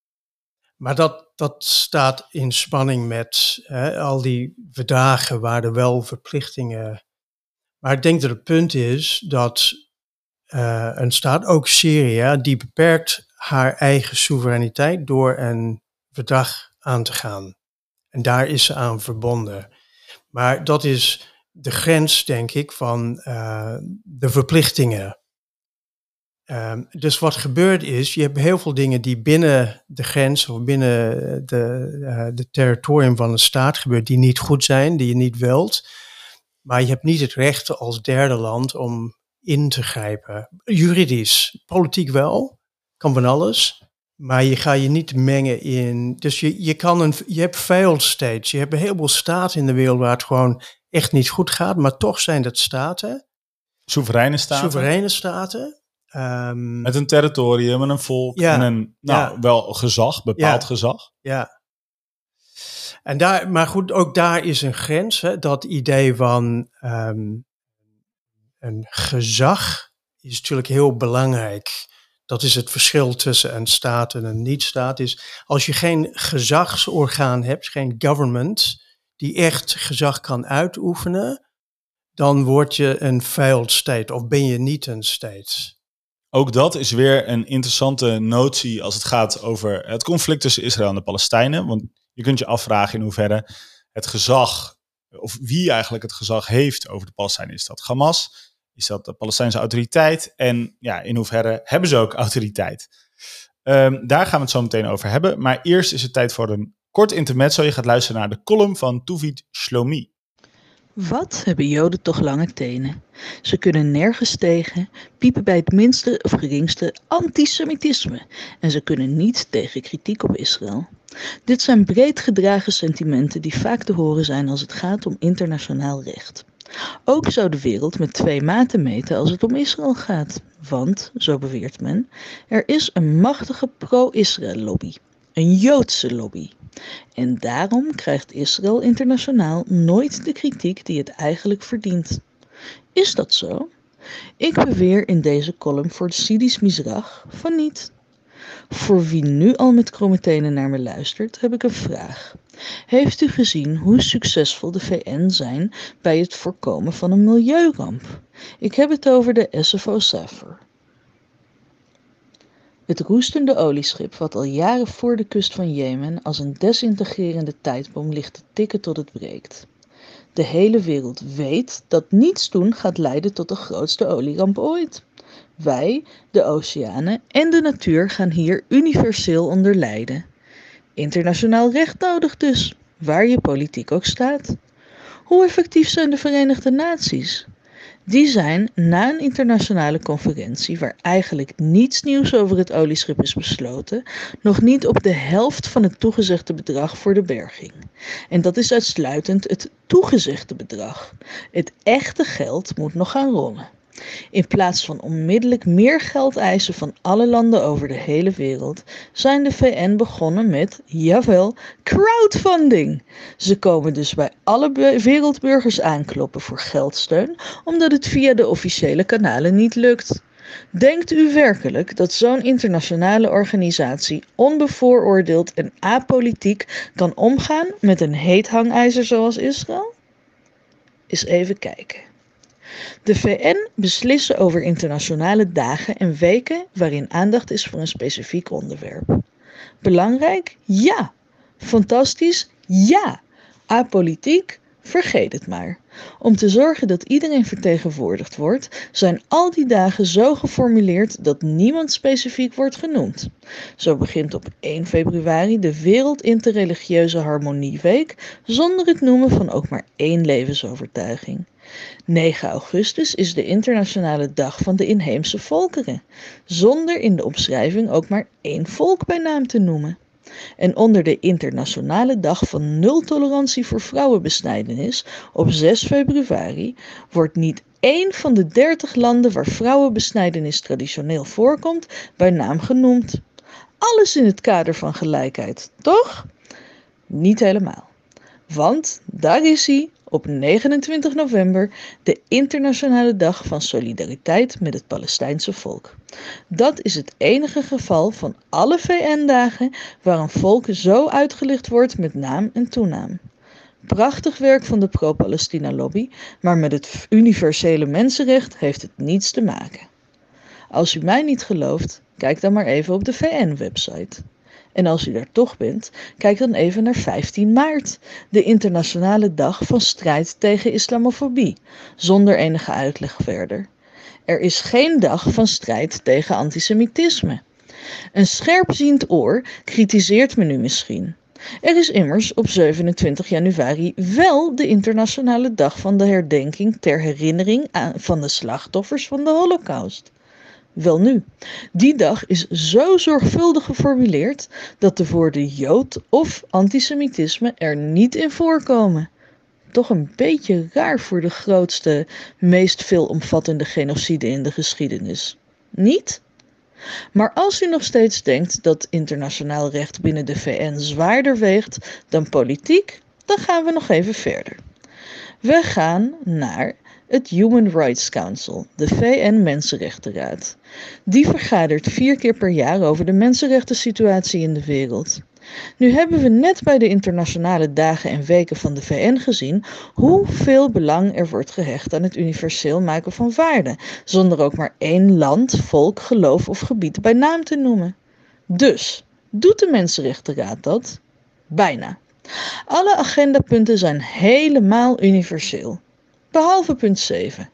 Maar dat staat in spanning met al die verdragen waar er wel verplichtingen. Maar ik denk dat het punt is dat een staat, ook Syrië, die beperkt haar eigen soevereiniteit door een verdrag aan te gaan. En daar is ze aan verbonden. Maar dat is de grens, denk ik, van de verplichtingen. Dus wat gebeurt is, je hebt heel veel dingen die binnen de grens of binnen de territorium van een staat gebeuren, die niet goed zijn, die je niet wilt. Maar je hebt niet het recht als derde land om in te grijpen. Juridisch, politiek wel, kan van alles. Maar je gaat je niet mengen in. Dus je hebt failed states. Je hebt een heleboel staten in de wereld waar het gewoon echt niet goed gaat. Maar toch zijn dat staten. Soevereine staten. Soevereine staten. Met een territorium en een volk en een wel gezag, bepaald gezag. Ja. En maar goed, ook daar is een grens. Hè? Dat idee van een gezag is natuurlijk heel belangrijk. Dat is het verschil tussen een staat en een niet-staat. Is als je geen gezagsorgaan hebt, geen government, die echt gezag kan uitoefenen, dan word je een failed state of ben je niet een state. Ook dat is weer een interessante notie als het gaat over het conflict tussen Israël en de Palestijnen. Want je kunt je afvragen in hoeverre het gezag, of wie eigenlijk het gezag heeft over de Palestijnen. Is dat Hamas? Is dat de Palestijnse autoriteit? En ja, in hoeverre hebben ze ook autoriteit? Daar gaan we het zo meteen over hebben. Maar eerst is het tijd voor een kort intermezzo. Je gaat luisteren naar de column van Tuvit Shlomi. Wat hebben Joden toch lange tenen? Ze kunnen nergens tegen, piepen bij het minste of geringste antisemitisme en ze kunnen niet tegen kritiek op Israël. Dit zijn breed gedragen sentimenten die vaak te horen zijn als het gaat om internationaal recht. Ook zou de wereld met 2 maten meten als het om Israël gaat, want, zo beweert men, er is een machtige pro-Israël lobby, een Joodse lobby. En daarom krijgt Israël internationaal nooit de kritiek die het eigenlijk verdient. Is dat zo? Ik beweer in deze column voor de Sidisch Mizrach van niet. Voor wie nu al met kromme tenen naar me luistert, heb ik een vraag. Heeft u gezien hoe succesvol de VN zijn bij het voorkomen van een milieuramp? Ik heb het over de SFO Safer. Het roestende olieschip wat al jaren voor de kust van Jemen als een desintegrerende tijdbom ligt te tikken tot het breekt. De hele wereld weet dat niets doen gaat leiden tot de grootste olieramp ooit. Wij, de oceanen en de natuur gaan hier universeel onder lijden. Internationaal recht nodig dus, waar je politiek ook staat. Hoe effectief zijn de Verenigde Naties? Die zijn na een internationale conferentie waar eigenlijk niets nieuws over het olieschip is besloten, nog niet op de helft van het toegezegde bedrag voor de berging. En dat is uitsluitend het toegezegde bedrag. Het echte geld moet nog gaan rollen. In plaats van onmiddellijk meer geld eisen van alle landen over de hele wereld, zijn de VN begonnen met, jawel, crowdfunding. Ze komen dus bij alle wereldburgers aankloppen voor geldsteun, omdat het via de officiële kanalen niet lukt. Denkt u werkelijk dat zo'n internationale organisatie onbevooroordeeld en apolitiek kan omgaan met een heet hangijzer zoals Israël? Eens even kijken. De VN beslissen over internationale dagen en weken waarin aandacht is voor een specifiek onderwerp. Belangrijk? Ja. Fantastisch? Ja. Apolitiek? Vergeet het maar. Om te zorgen dat iedereen vertegenwoordigd wordt, zijn al die dagen zo geformuleerd dat niemand specifiek wordt genoemd. Zo begint op 1 februari de Wereldinterreligieuze Harmonieweek zonder het noemen van ook maar 1 levensovertuiging. 9 augustus is de internationale dag van de inheemse volkeren, zonder in de omschrijving ook maar 1 volk bij naam te noemen. En onder de internationale dag van nul tolerantie voor vrouwenbesnijdenis op 6 februari wordt niet 1 van de 30 landen waar vrouwenbesnijdenis traditioneel voorkomt bij naam genoemd. Alles in het kader van gelijkheid, toch? Niet helemaal. Want daar is hij, op 29 november de Internationale Dag van Solidariteit met het Palestijnse volk. Dat is het enige geval van alle VN-dagen waar een volk zo uitgelicht wordt met naam en toenaam. Prachtig werk van de pro-Palestina-lobby, maar met het universele mensenrecht heeft het niets te maken. Als u mij niet gelooft, kijk dan maar even op de VN-website. En als u daar toch bent, kijk dan even naar 15 maart, de Internationale Dag van Strijd tegen Islamofobie, zonder enige uitleg verder. Er is geen dag van strijd tegen antisemitisme. Een scherpziend oor kritiseert me nu misschien. Er is immers op 27 januari wel de Internationale Dag van de Herdenking ter herinnering van de slachtoffers van de Holocaust. Welnu, die dag is zo zorgvuldig geformuleerd dat de woorden Jood of antisemitisme er niet in voorkomen. Toch een beetje raar voor de grootste, meest veelomvattende genocide in de geschiedenis. Niet? Maar als u nog steeds denkt dat internationaal recht binnen de VN zwaarder weegt dan politiek, dan gaan we nog even verder. We gaan naar het Human Rights Council, de VN-Mensenrechtenraad. Die vergadert 4 keer per jaar over de mensenrechtensituatie in de wereld. Nu hebben we net bij de internationale dagen en weken van de VN gezien hoeveel belang er wordt gehecht aan het universeel maken van waarden, zonder ook maar één land, volk, geloof of gebied bij naam te noemen. Dus, doet de Mensenrechtenraad dat? Bijna. Alle agendapunten zijn helemaal universeel. Behalve punt 7.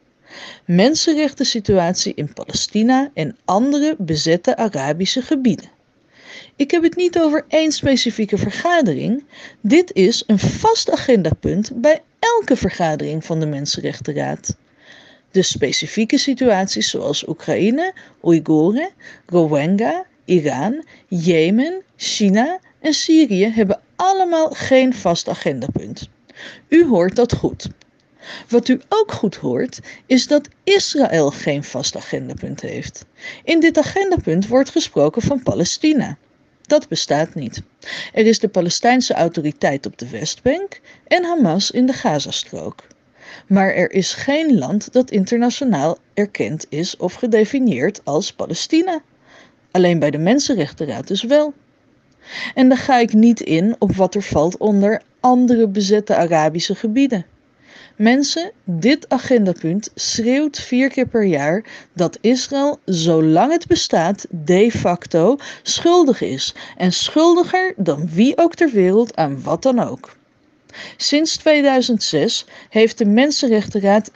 Mensenrechtensituatie in Palestina en andere bezette Arabische gebieden. Ik heb het niet over één specifieke vergadering. Dit is een vast agendapunt bij elke vergadering van de Mensenrechtenraad. De specifieke situaties zoals Oekraïne, Oeigoeren, Rohingya, Iran, Jemen, China en Syrië hebben allemaal geen vast agendapunt. U hoort dat goed. Wat u ook goed hoort, is dat Israël geen vast agendapunt heeft. In dit agendapunt wordt gesproken van Palestina. Dat bestaat niet. Er is de Palestijnse autoriteit op de Westbank en Hamas in de Gazastrook. Maar er is geen land dat internationaal erkend is of gedefinieerd als Palestina. Alleen bij de Mensenrechtenraad dus wel. En dan ga ik niet in op wat er valt onder andere bezette Arabische gebieden. Mensen, dit agendapunt schreeuwt 4 keer per jaar dat Israël, zolang het bestaat, de facto schuldig is. En schuldiger dan wie ook ter wereld aan wat dan ook. Sinds 2006 heeft de Mensenrechtenraad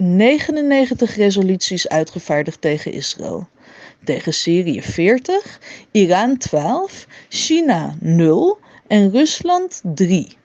99 resoluties uitgevaardigd tegen Israël. Tegen Syrië 40, Iran 12, China 0 en Rusland 3.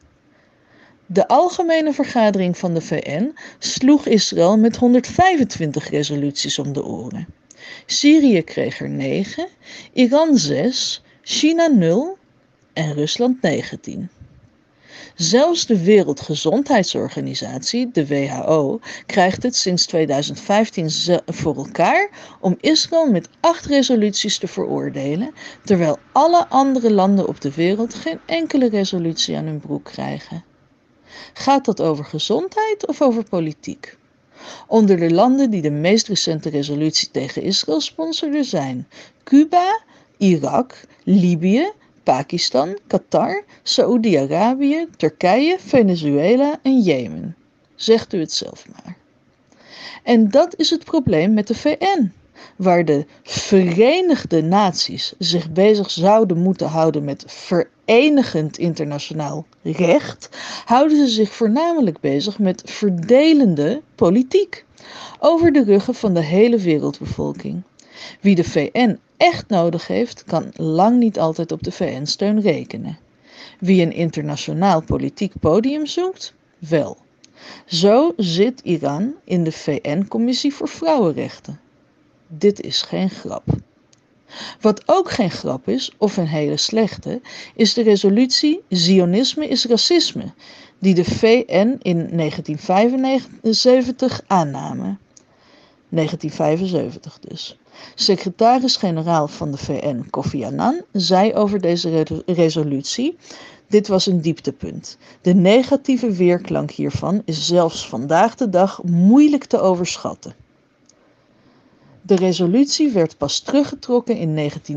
De Algemene Vergadering van de VN sloeg Israël met 125 resoluties om de oren. Syrië kreeg er 9, Iran 6, China 0 en Rusland 19. Zelfs de Wereldgezondheidsorganisatie, de WHO, krijgt het sinds 2015 voor elkaar om Israël met 8 resoluties te veroordelen, terwijl alle andere landen op de wereld geen enkele resolutie aan hun broek krijgen. Gaat dat over gezondheid of over politiek? Onder de landen die de meest recente resolutie tegen Israël sponsorden zijn Cuba, Irak, Libië, Pakistan, Qatar, Saoedi-Arabië, Turkije, Venezuela en Jemen. Zegt u het zelf maar. En dat is het probleem met de VN. Waar de Verenigde Naties zich bezig zouden moeten houden met verenigend internationaal recht, houden ze zich voornamelijk bezig met verdelende politiek over de ruggen van de hele wereldbevolking. Wie de VN echt nodig heeft, kan lang niet altijd op de VN-steun rekenen. Wie een internationaal politiek podium zoekt, wel. Zo zit Iran in de VN-commissie voor vrouwenrechten. Dit is geen grap. Wat ook geen grap is, of een hele slechte, is de resolutie Zionisme is racisme, die de VN in 1975 aannamen. 1975 dus. Secretaris-generaal van de VN Kofi Annan zei over deze resolutie Dit was een dieptepunt. De negatieve weerklank hiervan is zelfs vandaag de dag moeilijk te overschatten. De resolutie werd pas teruggetrokken in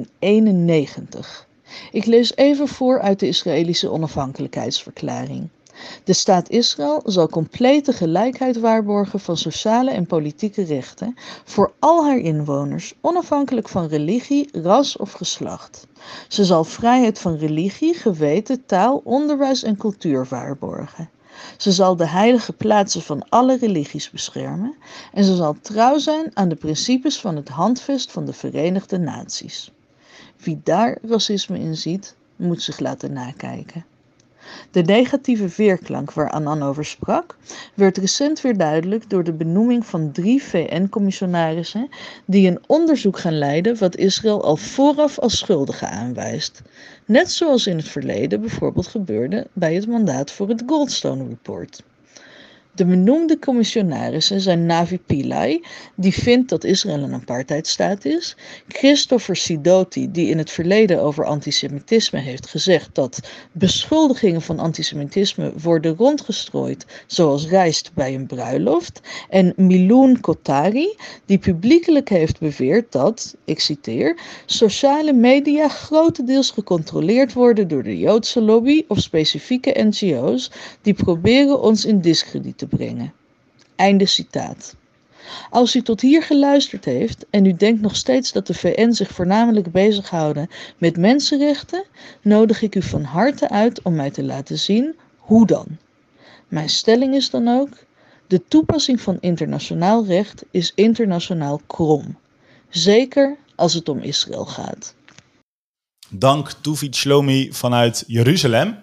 1991. Ik lees even voor uit de Israëlische onafhankelijkheidsverklaring. De staat Israël zal complete gelijkheid waarborgen van sociale en politieke rechten voor al haar inwoners, onafhankelijk van religie, ras of geslacht. Ze zal vrijheid van religie, geweten, taal, onderwijs en cultuur waarborgen. Ze zal de heilige plaatsen van alle religies beschermen en ze zal trouw zijn aan de principes van het Handvest van de Verenigde Naties. Wie daar racisme in ziet, moet zich laten nakijken. De negatieve weerklank waar Anan over sprak, werd recent weer duidelijk door de benoeming van 3 VN-commissarissen die een onderzoek gaan leiden wat Israël al vooraf als schuldige aanwijst. Net zoals in het verleden bijvoorbeeld gebeurde bij het mandaat voor het Goldstone Report. De benoemde commissionarissen zijn Navi Pillay, die vindt dat Israël een apartheidstaat is, Christopher Sidoti, die in het verleden over antisemitisme heeft gezegd dat beschuldigingen van antisemitisme worden rondgestrooid zoals rijst bij een bruiloft, en Milun Kotari, die publiekelijk heeft beweerd dat, ik citeer, sociale media grotendeels gecontroleerd worden door de Joodse lobby of specifieke NGO's die proberen ons in diskrediet te brengen. Einde citaat. Als u tot hier geluisterd heeft en u denkt nog steeds dat de VN zich voornamelijk bezighouden met mensenrechten, nodig ik u van harte uit om mij te laten zien hoe dan. Mijn stelling is dan ook: de toepassing van internationaal recht is internationaal krom. Zeker als het om Israël gaat. Dank Tuvit Shlomi vanuit Jeruzalem.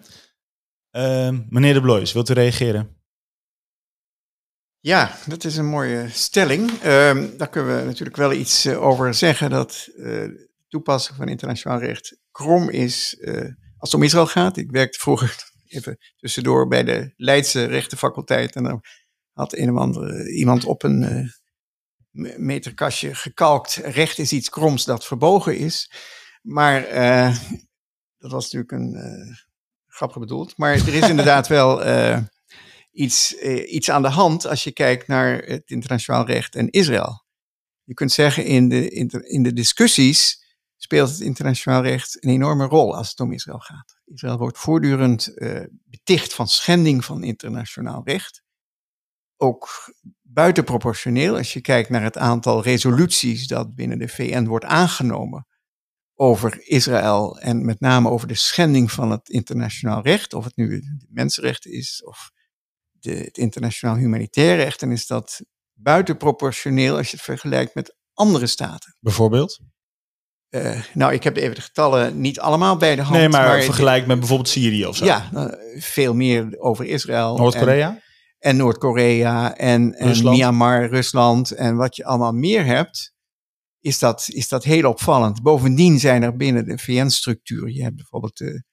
Meneer de Blois, wilt u reageren? Ja, dat is een mooie stelling. Daar kunnen we natuurlijk wel iets over zeggen, dat toepassing van internationaal recht krom is als het om Israël gaat. Ik werkte vroeger even tussendoor bij de Leidse rechtenfaculteit en dan had een of andere iemand op een meterkastje gekalkt: recht is iets kroms dat verbogen is. Maar dat was natuurlijk een grappig bedoeld. Maar er is inderdaad wel iets aan de hand als je kijkt naar het internationaal recht en Israël. Je kunt zeggen, in de discussies speelt het internationaal recht een enorme rol als het om Israël gaat. Israël wordt voortdurend beticht van schending van internationaal recht. Ook buitenproportioneel, als je kijkt naar het aantal resoluties dat binnen de VN wordt aangenomen over Israël en met name over de schending van het internationaal recht, of het nu de mensenrechten is of het internationaal humanitair recht, dan is dat buitenproportioneel als je het vergelijkt met andere staten. Bijvoorbeeld? Nou, ik heb even de getallen niet allemaal bij de hand. Nee, maar vergelijk met bijvoorbeeld Syrië of zo. Ja, veel meer over Israël. Noord-Korea? En Noord-Korea en Myanmar, Rusland. En wat je allemaal meer hebt, is dat heel opvallend. Bovendien zijn er binnen de VN-structuur, je hebt bijvoorbeeld de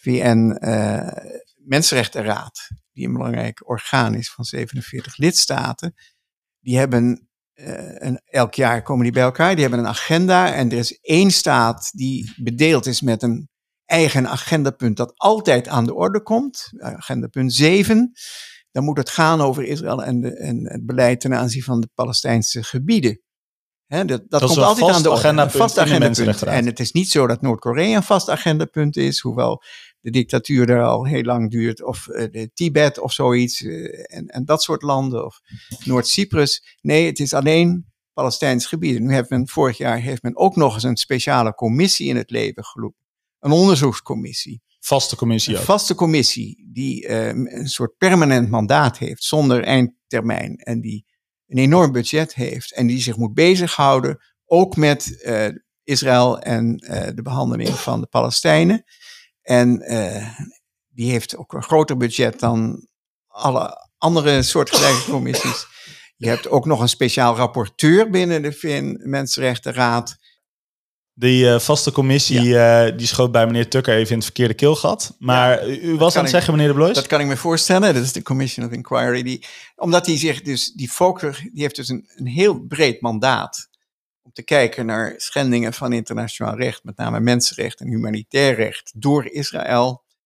VN-Mensenrechtenraad, die een belangrijk orgaan is van 47 lidstaten. Die hebben elk jaar komen die bij elkaar, die hebben een agenda en er is één staat die bedeeld is met een eigen agendapunt dat altijd aan de orde komt. Agendapunt 7. Dan moet het gaan over Israël en het beleid ten aanzien van de Palestijnse gebieden. Dat komt altijd aan de orde. Een vast agendapunt. En het is niet zo dat Noord-Korea een vast agendapunt is, hoewel de dictatuur daar al heel lang duurt, of Tibet of zoiets, en dat soort landen, of Noord-Cyprus. Nee, het is alleen Palestijnse gebieden. Vorig jaar heeft men ook nog eens een speciale commissie in het leven geroepen. Een onderzoekscommissie. Vaste commissie ook. Een vaste commissie die een soort permanent mandaat heeft, zonder eindtermijn, en die een enorm budget heeft en die zich moet bezighouden ook met Israël en de behandeling van de Palestijnen. En die heeft ook een groter budget dan alle andere soortgelijke commissies. Je hebt ook nog een speciaal rapporteur binnen de VN-Mensenrechtenraad. Die vaste commissie die schoot bij meneer Tucker even in het verkeerde keelgat. Maar u was aan het zeggen, meneer de Blois? Dat kan ik me voorstellen. Dat is de Commission of Inquiry. Omdat die zich dus, die heeft dus een heel breed mandaat om te kijken naar schendingen van internationaal recht, met name mensenrecht en humanitair recht door Israël.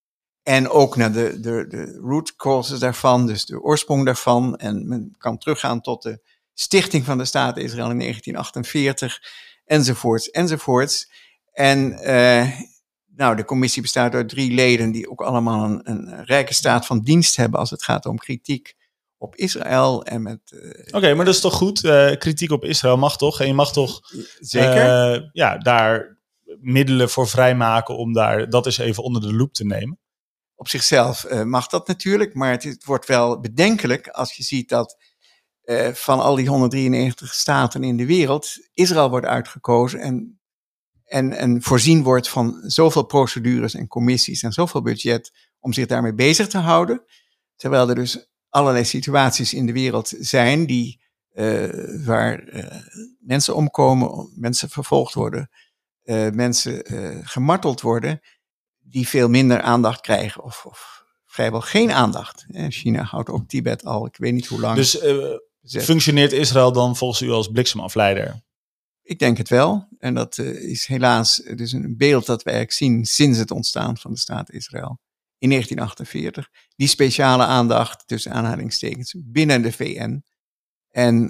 En ook naar de root causes daarvan, dus de oorsprong daarvan. En men kan teruggaan tot de stichting van de staat Israël in 1948, enzovoorts, enzovoorts. En de commissie bestaat uit 3 leden die ook allemaal een rijke staat van dienst hebben als het gaat om kritiek op Israël. Oké, maar dat is toch goed? Kritiek op Israël mag toch? En je mag toch zeker daar middelen voor vrijmaken om dat eens even onder de loep te nemen? Op zichzelf mag dat natuurlijk, maar het wordt wel bedenkelijk als je ziet dat van al die 193 staten in de wereld Israël wordt uitgekozen en voorzien wordt van zoveel procedures en commissies en zoveel budget om zich daarmee bezig te houden. Terwijl er dus allerlei situaties in de wereld zijn waar mensen omkomen, mensen vervolgd worden, mensen gemarteld worden, die veel minder aandacht krijgen of vrijwel geen aandacht. China houdt ook Tibet al, ik weet niet hoe lang. Dus functioneert Israël dan volgens u als bliksemafleider? Ik denk het wel. En dat is helaas dus een beeld dat we eigenlijk zien sinds het ontstaan van de staat Israël in 1948. Die speciale aandacht, tussen aanhalingstekens, binnen de VN. En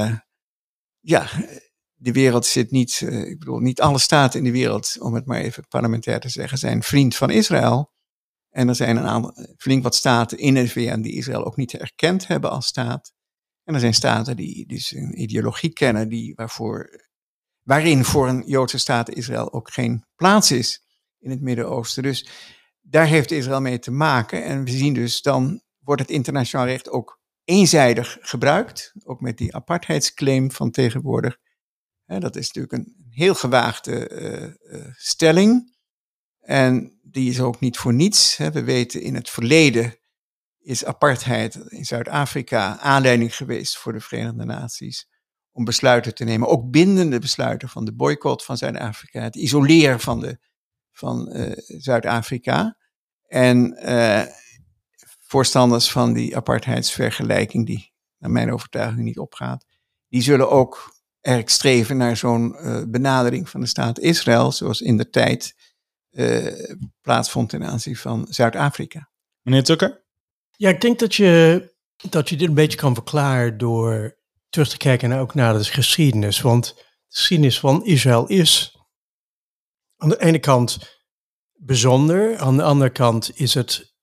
de wereld zit niet, ik bedoel, niet alle staten in de wereld, om het maar even parlementair te zeggen, zijn vriend van Israël. En er zijn flink wat staten in de VN die Israël ook niet erkend hebben als staat. En er zijn staten die dus een ideologie kennen waarin voor een Joodse staat Israël ook geen plaats is in het Midden-Oosten. Dus daar heeft Israël mee te maken. En we zien dus, dan wordt het internationaal recht ook eenzijdig gebruikt. Ook met die apartheidsclaim van tegenwoordig. Dat is natuurlijk een heel gewaagde stelling. En die is ook niet voor niets. We weten, in het verleden is apartheid in Zuid-Afrika aanleiding geweest voor de Verenigde Naties om besluiten te nemen, ook bindende besluiten van de boycott van Zuid-Afrika, het isoleren van Zuid-Afrika. En voorstanders van die apartheidsvergelijking, die naar mijn overtuiging niet opgaat, die zullen ook erg streven naar zo'n benadering van de staat Israël, zoals in de tijd plaatsvond ten aanzien van Zuid-Afrika. Meneer Tucker? Ja, ik denk dat je dit een beetje kan verklaren door terug te kijken ook naar de geschiedenis. Want de geschiedenis van Israël is aan de ene kant bijzonder. Aan de andere kant is het,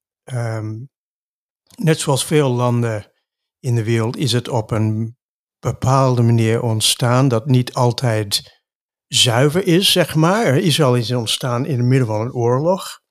net zoals veel landen in de wereld, is het op een bepaalde manier ontstaan dat niet altijd zuiver is, zeg maar. Israël is ontstaan in het midden van een oorlog.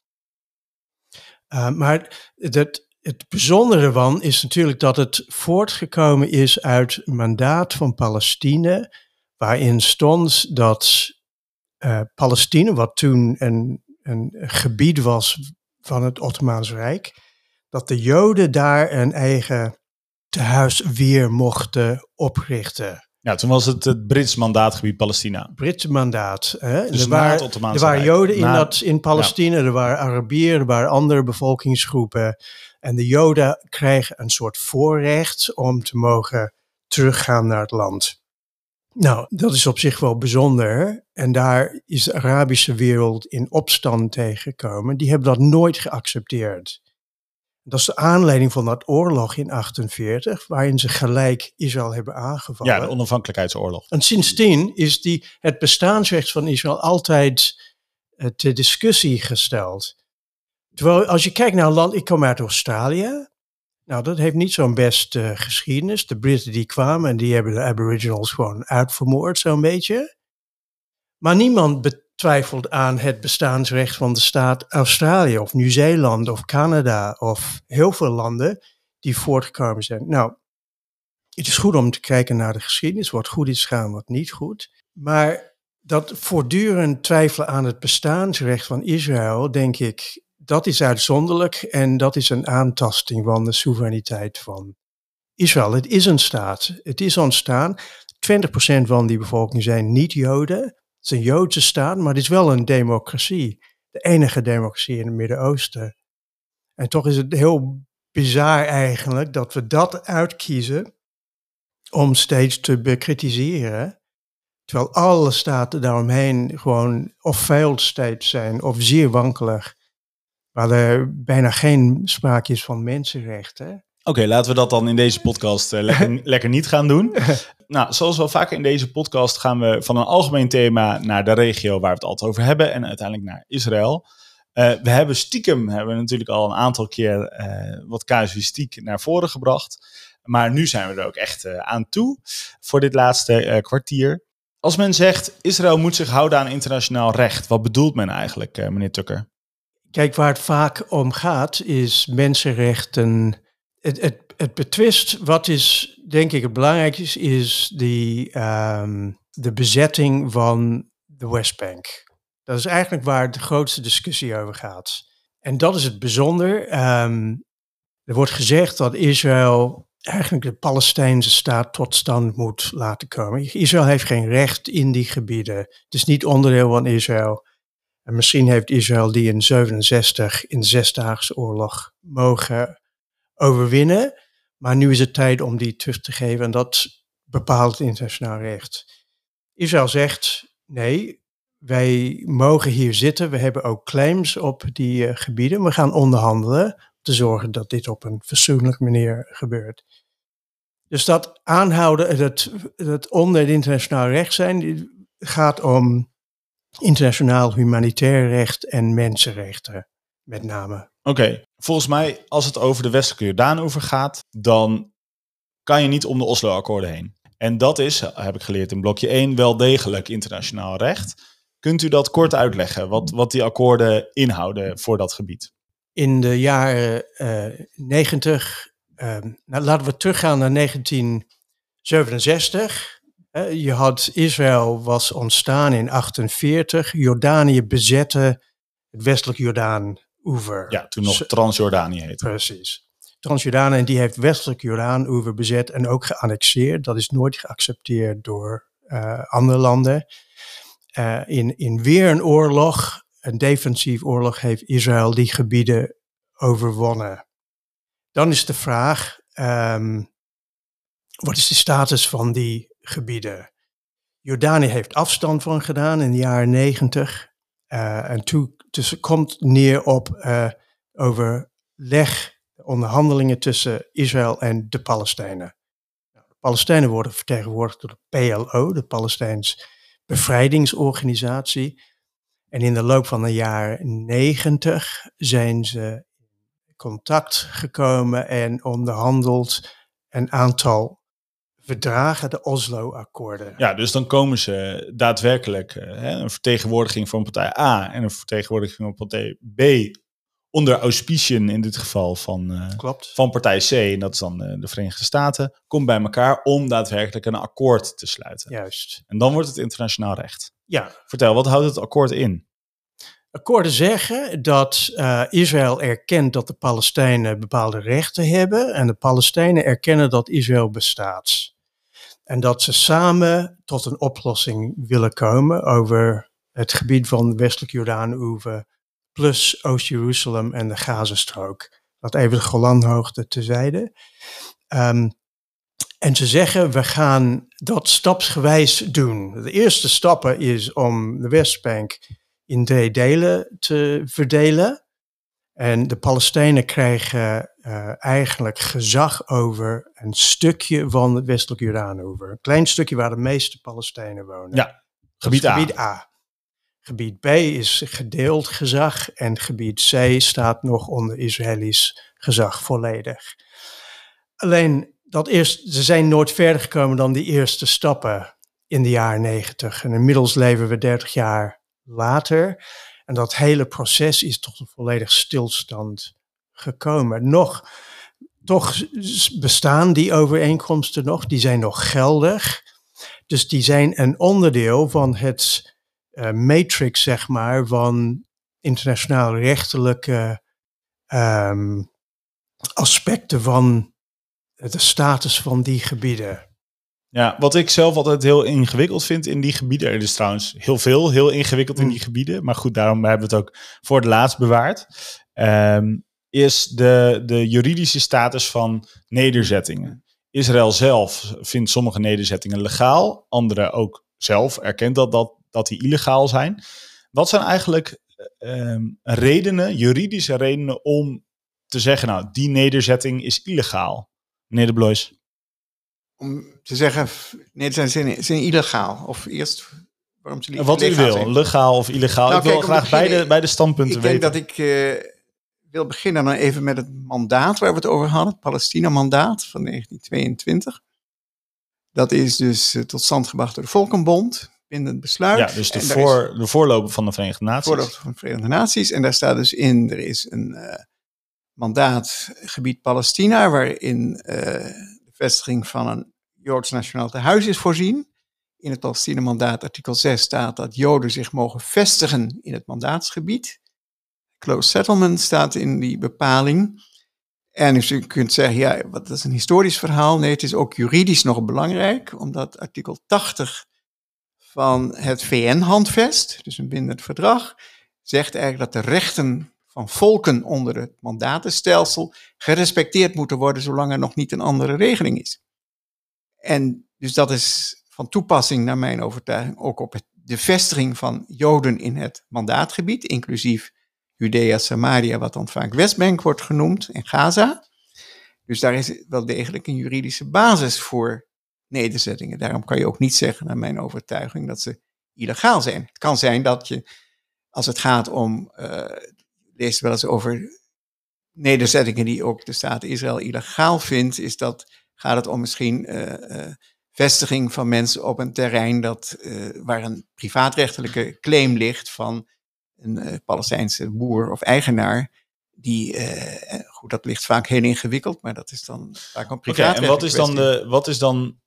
Maar het bijzondere ervan is natuurlijk dat het voortgekomen is uit het mandaat van Palestina, waarin stond dat Palestina, wat toen een gebied was van het Ottomaanse Rijk, dat de Joden daar een eigen tehuis weer mochten oprichten. Ja, toen was het Brits mandaatgebied Palestina. Brits mandaat. Hè? Dus er waren Joden in Palestina, er waren Arabieren, er waren andere bevolkingsgroepen. En de Joden krijgen een soort voorrecht om te mogen teruggaan naar het land. Nou, dat is op zich wel bijzonder. En daar is de Arabische wereld in opstand tegengekomen. Die hebben dat nooit geaccepteerd. Dat is de aanleiding van dat oorlog in 1948, waarin ze gelijk Israël hebben aangevallen. Ja, de onafhankelijkheidsoorlog. En sindsdien is het bestaansrecht van Israël altijd ter discussie gesteld. Terwijl als je kijkt naar een land, ik kom uit Australië. Nou, dat heeft niet zo'n beste geschiedenis. De Britten die kwamen en die hebben de Aboriginals gewoon uitvermoord, zo'n beetje. Maar niemand betwijfelt aan het bestaansrecht van de staat Australië of Nieuw-Zeeland of Canada of heel veel landen die voortgekomen zijn. Nou, het is goed om te kijken naar de geschiedenis, wat goed is gaan, wat niet goed. Maar dat voortdurend twijfelen aan het bestaansrecht van Israël, denk ik, dat is uitzonderlijk en dat is een aantasting van de soevereiniteit van Israël. Het is een staat, het is ontstaan. 20% van die bevolking zijn niet-Joden. Het is een Joodse staat, maar het is wel een democratie. De enige democratie in het Midden-Oosten. En toch is het heel bizar eigenlijk dat we dat uitkiezen om steeds te bekritiseren. Terwijl alle staten daaromheen gewoon of failed states zijn of zeer wankelig. waar er bijna geen sprake is van mensenrechten. Oké, laten we dat dan in deze podcast lekker niet gaan doen. Nou, zoals wel vaker in deze podcast gaan we van een algemeen thema naar de regio waar we het altijd over hebben en uiteindelijk naar Israël. We hebben natuurlijk al een aantal keer wat casuïstiek naar voren gebracht. Maar nu zijn we er ook echt aan toe voor dit laatste kwartier. Als men zegt, Israël moet zich houden aan internationaal recht, wat bedoelt men eigenlijk, meneer Tucker? Kijk, waar het vaak om gaat is mensenrechten. Het betwist, wat is denk ik het belangrijkste, is de bezetting van de Westbank. Dat is eigenlijk waar de grootste discussie over gaat. En dat is het bijzonder. Er wordt gezegd dat Israël eigenlijk de Palestijnse staat tot stand moet laten komen. Israël heeft geen recht in die gebieden. Het is niet onderdeel van Israël. En misschien heeft Israël die in 1967 in de Zesdaagse Oorlog mogen overwinnen. Maar nu is het tijd om die terug te geven en dat bepaalt het internationaal recht. Israël zegt, nee, wij mogen hier zitten. We hebben ook claims op die gebieden. We gaan onderhandelen om te zorgen dat dit op een fatsoenlijke manier gebeurt. Dus dat aanhouden, het onder het internationaal recht zijn, gaat om internationaal humanitair recht en mensenrechten met name. Oké, volgens mij als het over de westelijke Jordaanoever gaat, dan kan je niet om de Oslo-akkoorden heen. En dat is, heb ik geleerd in blokje 1, wel degelijk internationaal recht. Kunt u dat kort uitleggen, wat die akkoorden inhouden voor dat gebied? In de jaren 90, laten we teruggaan naar 1967. Israël was ontstaan in 1948. Jordanië bezette het westelijk Jordaan-oever. Ja, toen nog Transjordanië heette. Precies. Transjordanië, en die heeft westelijk Jordaan-oever bezet en ook geannexeerd. Dat is nooit geaccepteerd door andere landen. In weer een oorlog, een defensief oorlog, heeft Israël die gebieden overwonnen. Dan is de vraag, wat is de status van die gebieden? Jordanië heeft afstand van gedaan in de jaren 90. Dus het komt neer op overleg, onderhandelingen tussen Israël en de Palestijnen. De Palestijnen worden vertegenwoordigd door de PLO, de Palestijns Bevrijdingsorganisatie. En in de loop van de jaren 90 zijn ze in contact gekomen en onderhandeld een aantal verdragen, de Oslo-akkoorden. Ja, dus dan komen ze daadwerkelijk een vertegenwoordiging van partij A en een vertegenwoordiging van partij B onder auspiciën in dit geval van partij C, en dat is dan de Verenigde Staten, komt bij elkaar om daadwerkelijk een akkoord te sluiten. Juist. En dan wordt het internationaal recht. Ja. Vertel, wat houdt het akkoord in? Akkoorden zeggen dat Israël erkent dat de Palestijnen bepaalde rechten hebben en de Palestijnen erkennen dat Israël bestaat. En dat ze samen tot een oplossing willen komen over het gebied van de westelijke Jordaan-oever plus Oost-Jeruzalem en de Gazastrook. Dat even de Golanhoogte terzijde. En ze zeggen, we gaan dat stapsgewijs doen. De eerste stappen is om de Westbank in 3 delen te verdelen. En de Palestijnen krijgen eigenlijk gezag over een stukje van het westelijke Jordaan-oever. Een klein stukje waar de meeste Palestijnen wonen. Ja, gebied A. Gebied A. Gebied B is gedeeld gezag en gebied C staat nog onder Israëlisch gezag volledig. Alleen, ze zijn nooit verder gekomen dan die eerste stappen in de jaren 90. En inmiddels leven we 30 jaar later. En dat hele proces is tot een volledig stilstand gekomen. Toch bestaan die overeenkomsten nog, die zijn nog geldig. Dus die zijn een onderdeel van het matrix, zeg maar, van internationaal rechtelijke aspecten van de status van die gebieden. Ja, wat ik zelf altijd heel ingewikkeld vind in die gebieden, er is trouwens heel ingewikkeld in die gebieden, maar goed, daarom hebben we het ook voor het laatst bewaard, is de juridische status van nederzettingen. Israël zelf vindt sommige nederzettingen legaal, andere ook zelf erkent dat die illegaal zijn. Wat zijn eigenlijk redenen, juridische redenen om te zeggen, nou, die nederzetting is illegaal? Meneer De Blois. Om te zeggen, nee, ze zijn illegaal. Of eerst, waarom ze Wat u wil, zijn. Legaal of illegaal. Nou, Ik wil kijk, graag beide standpunten weten. Ik denk dat ik wil beginnen dan even met het mandaat waar we het over hadden. Het Palestina-mandaat van 1922. Dat is dus tot stand gebracht door de Volkenbond. Bindend besluit. Ja, dus de voorloper van de Verenigde Naties. Voorloper van de Verenigde Naties. En daar staat dus in, er is een mandaat gebied Palestina, waarin de vestiging van een Joods nationaal tehuis is voorzien. In het Palestina-mandaat artikel 6 staat dat Joden zich mogen vestigen in het mandaatsgebied. Closed settlement staat in die bepaling. En dus u kunt zeggen, ja, dat is een historisch verhaal. Nee, het is ook juridisch nog belangrijk, omdat artikel 80 van het VN-handvest, dus een bindend verdrag, zegt eigenlijk dat de rechten van volken onder het mandatenstelsel gerespecteerd moeten worden, zolang er nog niet een andere regeling is. En dus dat is van toepassing naar mijn overtuiging ook op de vestiging van Joden in het mandaatgebied, inclusief Judea, Samaria, wat dan vaak Westbank wordt genoemd, en Gaza. Dus daar is wel degelijk een juridische basis voor nederzettingen. Daarom kan je ook niet zeggen, naar mijn overtuiging, dat ze illegaal zijn. Het kan zijn dat je, als het gaat om, lees wel eens over nederzettingen die ook de staat Israël illegaal vindt, gaat het om misschien vestiging van mensen op een terrein waar een privaatrechtelijke claim ligt van een Palestijnse boer of eigenaar. Goed, dat ligt vaak heel ingewikkeld, maar dat is dan vaak een privaatrechtelijke en wat is dan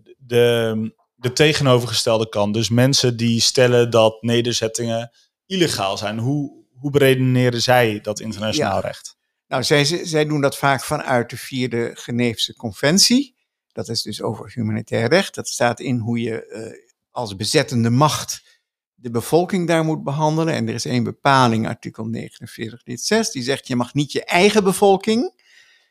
de tegenovergestelde kant? Dus mensen die stellen dat nederzettingen illegaal zijn. Hoe beredeneren zij dat internationaal recht? Nou, zij doen dat vaak vanuit de 4e Geneefse Conventie. Dat is dus over humanitair recht. Dat staat in hoe je als bezettende macht de bevolking daar moet behandelen. En er is één bepaling, artikel 49 lid 6, die zegt je mag niet je eigen bevolking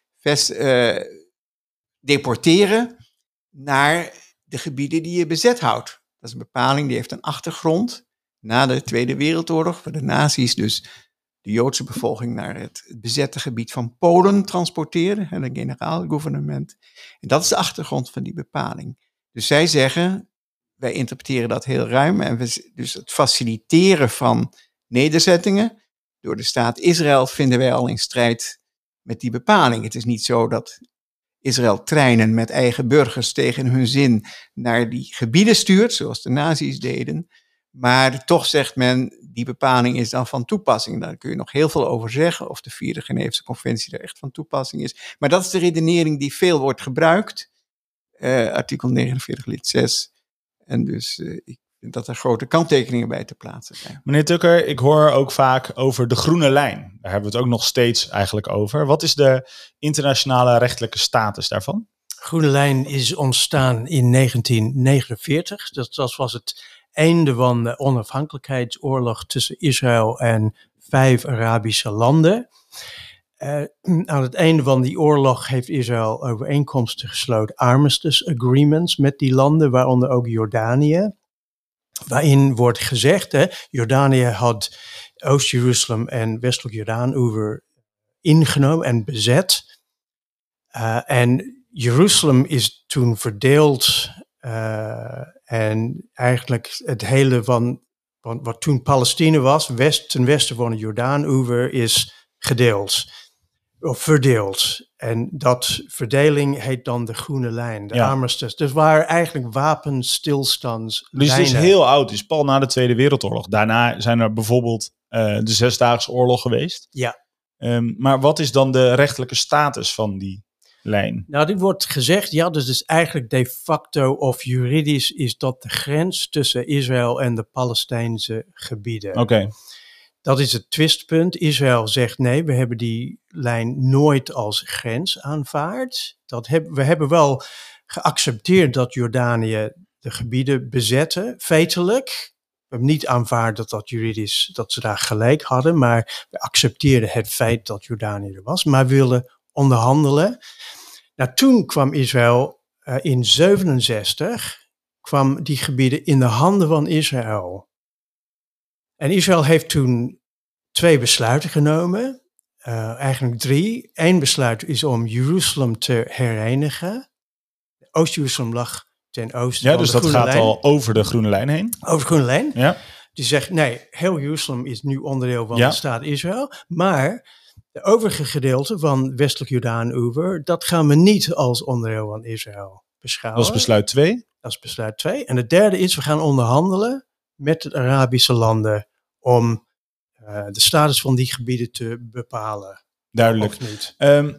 deporteren naar de gebieden die je bezet houdt. Dat is een bepaling die heeft een achtergrond na de Tweede Wereldoorlog, waar de nazi's dus de Joodse bevolking naar het bezette gebied van Polen transporteerden, en een generaalgouvernement. En dat is de achtergrond van die bepaling. Dus zij zeggen, wij interpreteren dat heel ruim, en dus het faciliteren van nederzettingen door de staat Israël vinden wij al in strijd met die bepaling. Het is niet zo dat Israël treinen met eigen burgers tegen hun zin naar die gebieden stuurt, zoals de nazi's deden. Maar toch zegt men, die bepaling is dan van toepassing. Daar kun je nog heel veel over zeggen, of de 4e Geneefse Conventie er echt van toepassing is. Maar dat is de redenering die veel wordt gebruikt. Artikel 49 lid 6. En dus ik vind dat er grote kanttekeningen bij te plaatsen zijn. Meneer Tukker, ik hoor ook vaak over de groene lijn. Daar hebben we het ook nog steeds eigenlijk over. Wat is de internationale rechtelijke status daarvan? Groene lijn is ontstaan in 1949. Dat was het einde van de onafhankelijkheidsoorlog tussen Israël en 5 Arabische landen. Aan het einde van die oorlog heeft Israël overeenkomsten gesloten, armistice agreements met die landen, waaronder ook Jordanië. Waarin wordt gezegd, Jordanië had Oost-Jeruzalem en Westelijk Jordaan-oever ingenomen en bezet. En Jeruzalem is toen verdeeld en eigenlijk het hele van wat toen Palestina was, ten westen van de Jordaan-oever, is gedeeld. Of verdeeld. En dat verdeling heet dan de groene lijn, de armistice. Dus waren eigenlijk wapenstilstandslijnen. Dus het is heel oud, dus pal na de Tweede Wereldoorlog. Daarna zijn er bijvoorbeeld de Zesdaagse Oorlog geweest. Ja. Maar wat is dan de rechtelijke status van die lijn? Nou, dit wordt gezegd, dus is eigenlijk de facto of juridisch is dat de grens tussen Israël en de Palestijnse gebieden. Oké. Dat is het twistpunt. Israël zegt nee, we hebben die lijn nooit als grens aanvaard. We hebben wel geaccepteerd dat Jordanië de gebieden bezette, feitelijk. We hebben niet aanvaard dat juridisch, dat ze daar gelijk hadden, maar we accepteerden het feit dat Jordanië er was, maar wilden onderhandelen. Nou, toen kwam Israël in 1967, kwam die gebieden in de handen van Israël. En Israël heeft toen 2 besluiten genomen. Eigenlijk 3. 1 besluit is om Jeruzalem te herenigen. Oost-Jeruzalem lag ten oosten van de Groene Lijn. Ja, dus dat gaat al over de Groene Lijn heen. Over de Groene Lijn. Ja. Die zegt, nee, heel Jeruzalem is nu onderdeel van de staat Israël. Maar de overige gedeelte van westelijk Jordaan-oever, dat gaan we niet als onderdeel van Israël beschouwen. Dat is besluit 2. Dat is besluit 2. En het derde is, we gaan onderhandelen met de Arabische landen om de status van die gebieden te bepalen. Duidelijk. Of niet.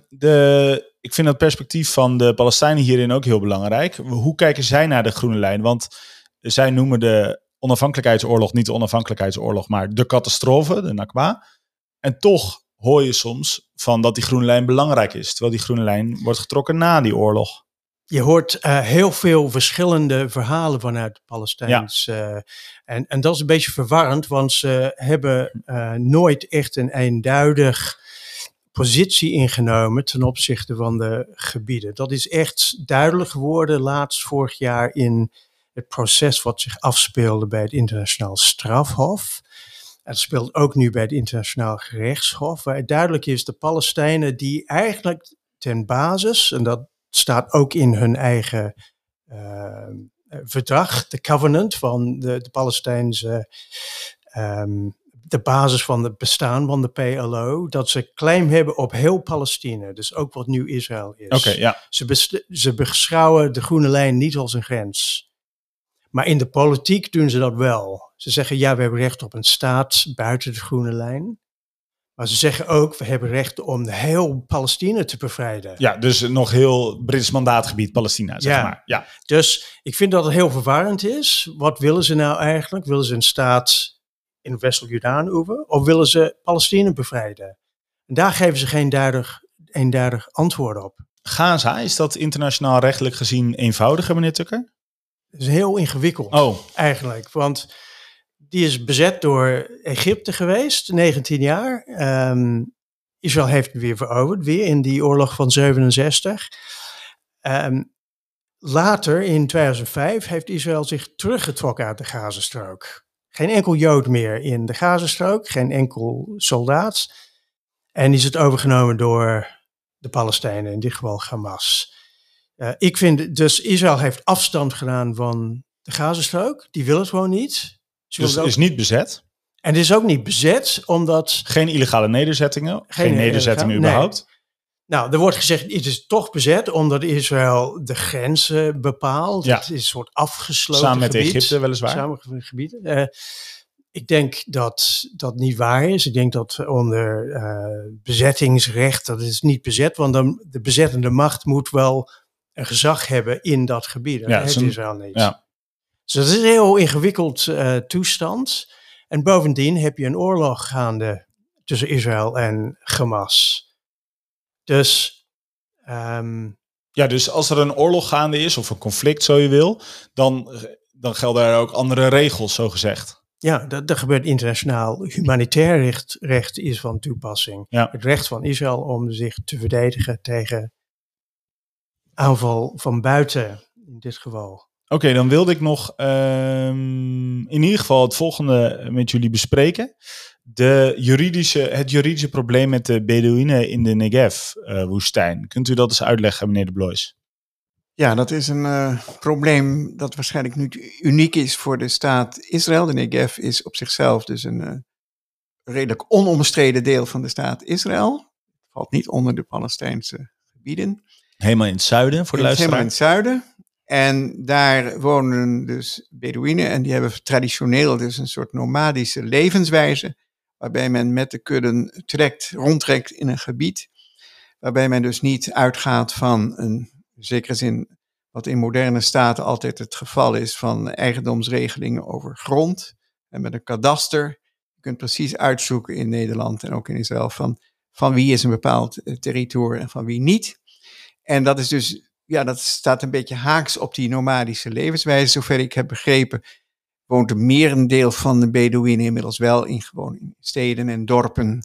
Ik vind het perspectief van de Palestijnen hierin ook heel belangrijk. Hoe kijken zij naar de Groene Lijn? Want zij noemen de onafhankelijkheidsoorlog niet de onafhankelijkheidsoorlog, maar de catastrofe, de Nakba. En toch hoor je soms van dat die Groene Lijn belangrijk is, terwijl die Groene Lijn wordt getrokken na die oorlog. Je hoort heel veel verschillende verhalen vanuit de Palestijns. Ja. En dat is een beetje verwarrend, want ze hebben nooit echt een eenduidig positie ingenomen ten opzichte van de gebieden. Dat is echt duidelijk geworden laatst vorig jaar in het proces wat zich afspeelde bij het Internationaal Strafhof. Het speelt ook nu bij het Internationaal Gerechtshof, waar het duidelijk is, de Palestijnen die eigenlijk ten basis, en dat staat ook in hun eigen verdrag, de covenant van de Palestijnse, de basis van het bestaan van de PLO, dat ze claim hebben op heel Palestina, dus ook wat nu Israël is. Okay, ja. Ze beschouwen de Groene Lijn niet als een grens. Maar in de politiek doen ze dat wel. Ze zeggen, ja, we hebben recht op een staat buiten de Groene Lijn. Maar ze zeggen ook, we hebben recht om heel Palestina te bevrijden. Ja, dus nog heel Brits mandaatgebied Palestina, zeg maar. Ja. Dus ik vind dat het heel verwarrend is. Wat willen ze nou eigenlijk? Willen ze een staat in het westelijk Jordaan-oever? Of willen ze Palestina bevrijden? En daar geven ze geen eenduidig antwoord op. Gaza, is dat internationaal rechtelijk gezien eenvoudiger, meneer Tucker? Dat is heel ingewikkeld eigenlijk, want die is bezet door Egypte geweest, 19 jaar. Israël heeft het weer veroverd, weer in die oorlog van 67. Later, in 2005, heeft Israël zich teruggetrokken uit de Gazastrook. Geen enkel Jood meer in de Gazastrook, geen enkel soldaat. En is het overgenomen door de Palestijnen, in dit geval Hamas. Ik vind dus, Israël heeft afstand gedaan van de Gazastrook. Die wil het gewoon niet. Dus het is niet bezet? En het is ook niet bezet, omdat... Geen illegale nederzettingen? Geen nederzettingen überhaupt? Nee. Nou, er wordt gezegd, het is toch bezet, omdat Israël de grenzen bepaalt. Ja. Het is een soort afgesloten samen met gebied. Egypte weliswaar. Samen met gebieden. Ik denk dat dat niet waar is. Ik denk dat onder bezettingsrecht, dat is niet bezet. Want dan, de bezettende macht moet wel een gezag hebben in dat gebied. Dat heeft Israël niet. Ja. Dus dat is een heel ingewikkeld toestand. En bovendien heb je een oorlog gaande tussen Israël en Hamas. Dus... Ja, dus als er een oorlog gaande is, of een conflict zo je wil, dan gelden er ook andere regels, zo gezegd. Ja, dat gebeurt internationaal. Humanitair recht is van toepassing. Ja. Het recht van Israël om zich te verdedigen tegen aanval van buiten, in dit geval. Oké, dan wilde ik nog in ieder geval het volgende met jullie bespreken. Het juridische probleem met de Bedouinen in de Negev-woestijn. Kunt u dat eens uitleggen, meneer de Blois? Ja, dat is een probleem dat waarschijnlijk niet uniek is voor de staat Israël. De Negev is op zichzelf dus een redelijk onomstreden deel van de staat Israël. Het valt niet onder de Palestijnse gebieden. Helemaal in het zuiden, voor de luisteraar. Helemaal in het zuiden. En daar wonen dus Bedouinen en die hebben traditioneel dus een soort nomadische levenswijze, waarbij men met de kudden rondtrekt in een gebied, waarbij men dus niet uitgaat van een, in zekere zin, wat in moderne staten altijd het geval is, van eigendomsregelingen over grond en met een kadaster. Je kunt precies uitzoeken in Nederland en ook in Israël van wie is een bepaald territorium en van wie niet. En dat is dus... Ja, dat staat een beetje haaks op die nomadische levenswijze. Zover ik heb begrepen, woont een merendeel van de Bedouinen inmiddels wel in steden en dorpen.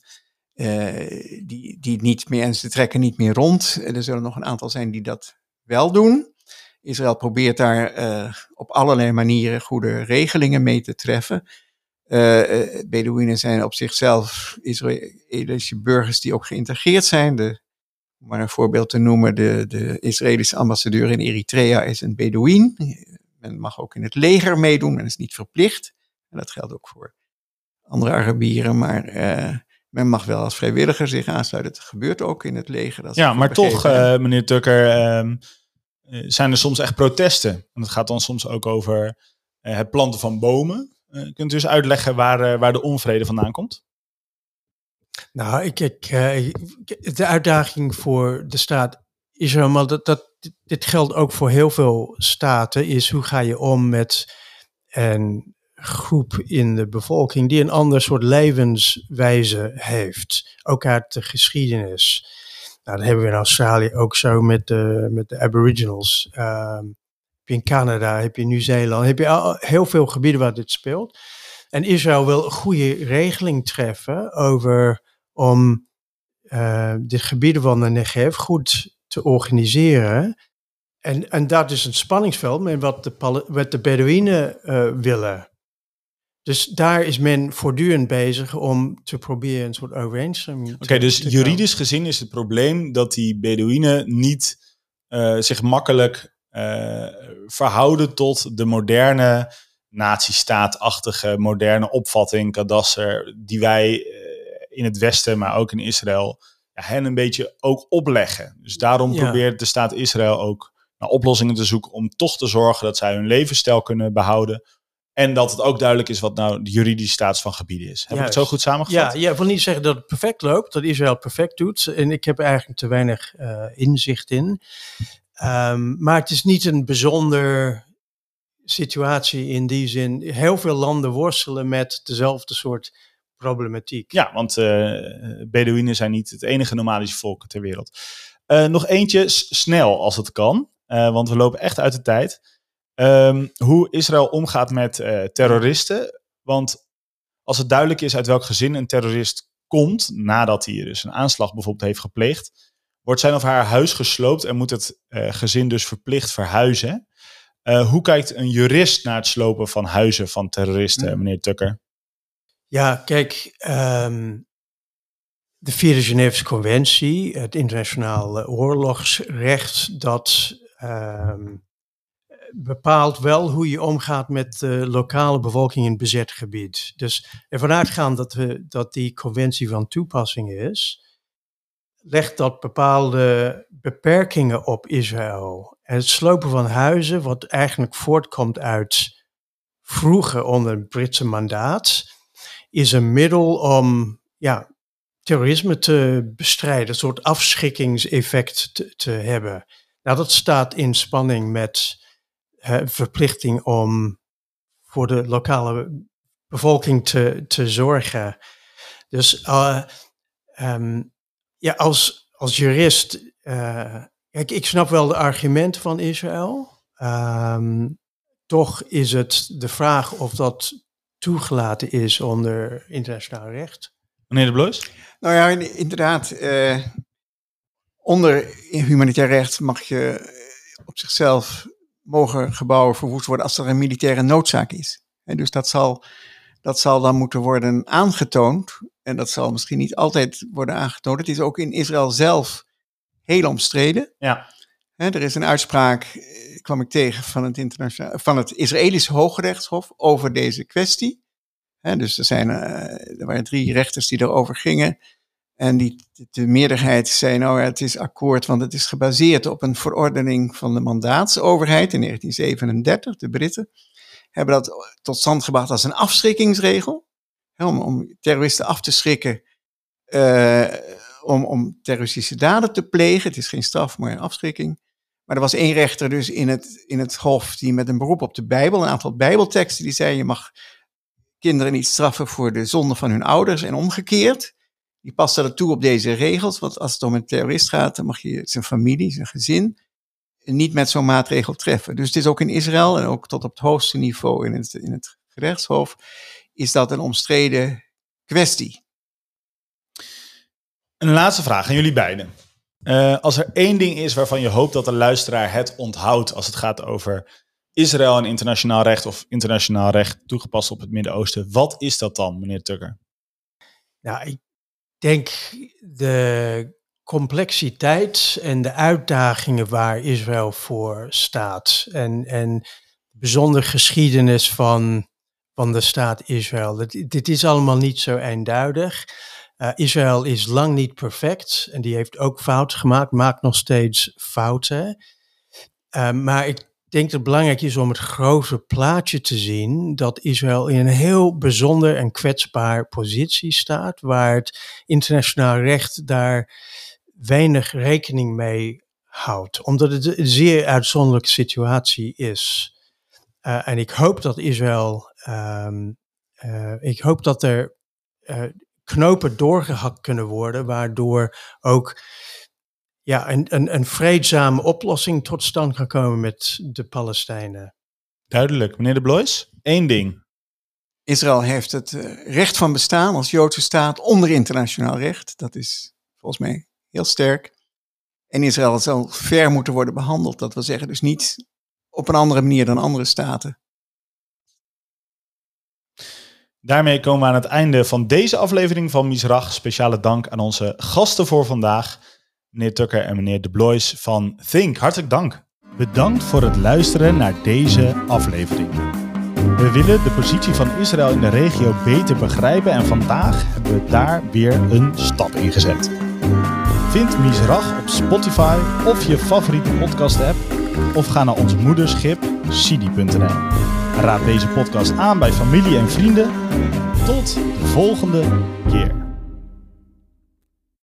Die niet meer, en ze trekken niet meer rond. Er zullen nog een aantal zijn die dat wel doen. Israël probeert daar op allerlei manieren goede regelingen mee te treffen. Bedouinen zijn op zichzelf Israëlische burgers die ook geïntegreerd zijn. Om maar een voorbeeld te noemen, de Israëlische ambassadeur in Eritrea is een Bedouin. Men mag ook in het leger meedoen, men is niet verplicht. En dat geldt ook voor andere Arabieren, maar men mag wel als vrijwilliger zich aansluiten. Dat gebeurt ook in het leger. Ja, maar toch, meneer Tucker, zijn er soms echt protesten. En het gaat dan soms ook over het planten van bomen. Kunt u eens uitleggen waar de onvrede vandaan komt? Nou, de uitdaging voor de staat Israël, maar dit geldt ook voor heel veel staten, is hoe ga je om met een groep in de bevolking die een ander soort levenswijze heeft. Ook uit de geschiedenis. Nou, dat hebben we in Australië ook zo met de Aboriginals. Heb je in Canada, heb je in Nieuw-Zeeland, heb je heel veel gebieden waar dit speelt. En Israël wil een goede regeling treffen om de gebieden van de Negev goed te organiseren. En dat is een spanningsveld met wat de Bedouinen willen. Dus daar is men voortdurend bezig om te proberen een soort overeenstemming Oké, dus juridisch gezien is het probleem dat die Bedouinen niet zich makkelijk verhouden tot de moderne nazistaatachtige moderne opvatting, kadaster, die wij in het Westen, maar ook in Israël, hen een beetje ook opleggen. Dus daarom probeert de staat Israël ook naar oplossingen te zoeken om toch te zorgen dat zij hun levensstijl kunnen behouden. En dat het ook duidelijk is wat nou de juridische staats van gebieden is. Heb ik het zo goed samengevat? Ja, ik wil niet zeggen dat het perfect loopt, dat Israël perfect doet. En ik heb er eigenlijk te weinig inzicht in. Maar het is niet een bijzonder situatie in die zin. Heel veel landen worstelen met dezelfde soort problematiek. Ja, want Bedouinen zijn niet het enige nomadische volk ter wereld. Nog eentje, snel als het kan. Want we lopen echt uit de tijd. Hoe Israël omgaat met terroristen. Want als het duidelijk is uit welk gezin een terrorist komt, nadat hij dus een aanslag bijvoorbeeld heeft gepleegd, wordt zijn of haar huis gesloopt en moet het gezin dus verplicht verhuizen. Hoe kijkt een jurist naar het slopen van huizen van terroristen, meneer Tucker? Ja, kijk, de Vierde Geneefse Conventie, het internationaal oorlogsrecht, dat bepaalt wel hoe je omgaat met de lokale bevolking in het bezet gebied. Dus ervan uitgaan dat die conventie van toepassing is, legt dat bepaalde beperkingen op Israël. En het slopen van huizen, wat eigenlijk voortkomt uit vroeger onder het Britse mandaat, is een middel om terrorisme te bestrijden, een soort afschrikkingseffect te hebben. Nou, dat staat in spanning met verplichting om voor de lokale bevolking te zorgen. Dus als jurist, ik snap wel de argumenten van Israël. Toch is het de vraag of dat toegelaten is onder internationaal recht. Meneer de Blois? Nou ja, inderdaad. Onder humanitair recht mag je op zichzelf mogen gebouwen verwoest worden als er een militaire noodzaak is. En dus dat zal dan moeten worden aangetoond. En dat zal misschien niet altijd worden aangetoond. Het is ook in Israël zelf heel omstreden. Ja. Er is een uitspraak, kwam ik tegen, van het Israëlische Hooggerechtshof over deze kwestie. Dus er waren 3 rechters die erover gingen. En de meerderheid zei, nou ja, het is akkoord, want het is gebaseerd op een verordening van de mandaatsoverheid in 1937. De Britten hebben dat tot stand gebracht als een afschrikkingsregel. Om terroristen af te schrikken, om terroristische daden te plegen. Het is geen straf, maar een afschrikking. Maar er was 1 rechter dus in het hof die met een beroep op de Bijbel, een aantal Bijbelteksten, die zei, je mag kinderen niet straffen voor de zonde van hun ouders en omgekeerd. Die paste dat toe op deze regels, want als het om een terrorist gaat, dan mag je zijn familie, zijn gezin, niet met zo'n maatregel treffen. Dus het is ook in Israël en ook tot op het hoogste niveau in het gerechtshof, is dat een omstreden kwestie. Een laatste vraag aan jullie beiden. Als er 1 ding is waarvan je hoopt dat de luisteraar het onthoudt als het gaat over Israël en internationaal recht of internationaal recht toegepast op het Midden-Oosten. Wat is dat dan, meneer Tucker? Nou, ik denk de complexiteit en de uitdagingen waar Israël voor staat. En de bijzondere geschiedenis van de staat Israël. Dit is allemaal niet zo eenduidig. Israël is lang niet perfect en die heeft ook fouten gemaakt, maakt nog steeds fouten. Maar ik denk dat het belangrijk is om het grote plaatje te zien dat Israël in een heel bijzonder en kwetsbaar positie staat, waar het internationaal recht daar weinig rekening mee houdt, omdat het een zeer uitzonderlijke situatie is. En ik hoop dat Israël, dat er knopen doorgehakt kunnen worden, waardoor ook een vreedzame oplossing tot stand kan komen met de Palestijnen. Duidelijk. Meneer de Blois, 1 ding. Israël heeft het recht van bestaan als Joodse staat onder internationaal recht. Dat is volgens mij heel sterk. En Israël zal fair moeten worden behandeld. Dat wil zeggen dus niet op een andere manier dan andere staten. Daarmee komen we aan het einde van deze aflevering van Misrach. Speciale dank aan onze gasten voor vandaag. Meneer Tucker en meneer de Blois van Think. Hartelijk dank. Bedankt voor het luisteren naar deze aflevering. We willen de positie van Israël in de regio beter begrijpen en vandaag hebben we daar weer een stap in gezet. Vind Misrach op Spotify of je favoriete podcast app of ga naar ons moederschip sidi.nl. Raad deze podcast aan bij familie en vrienden. Tot de volgende keer.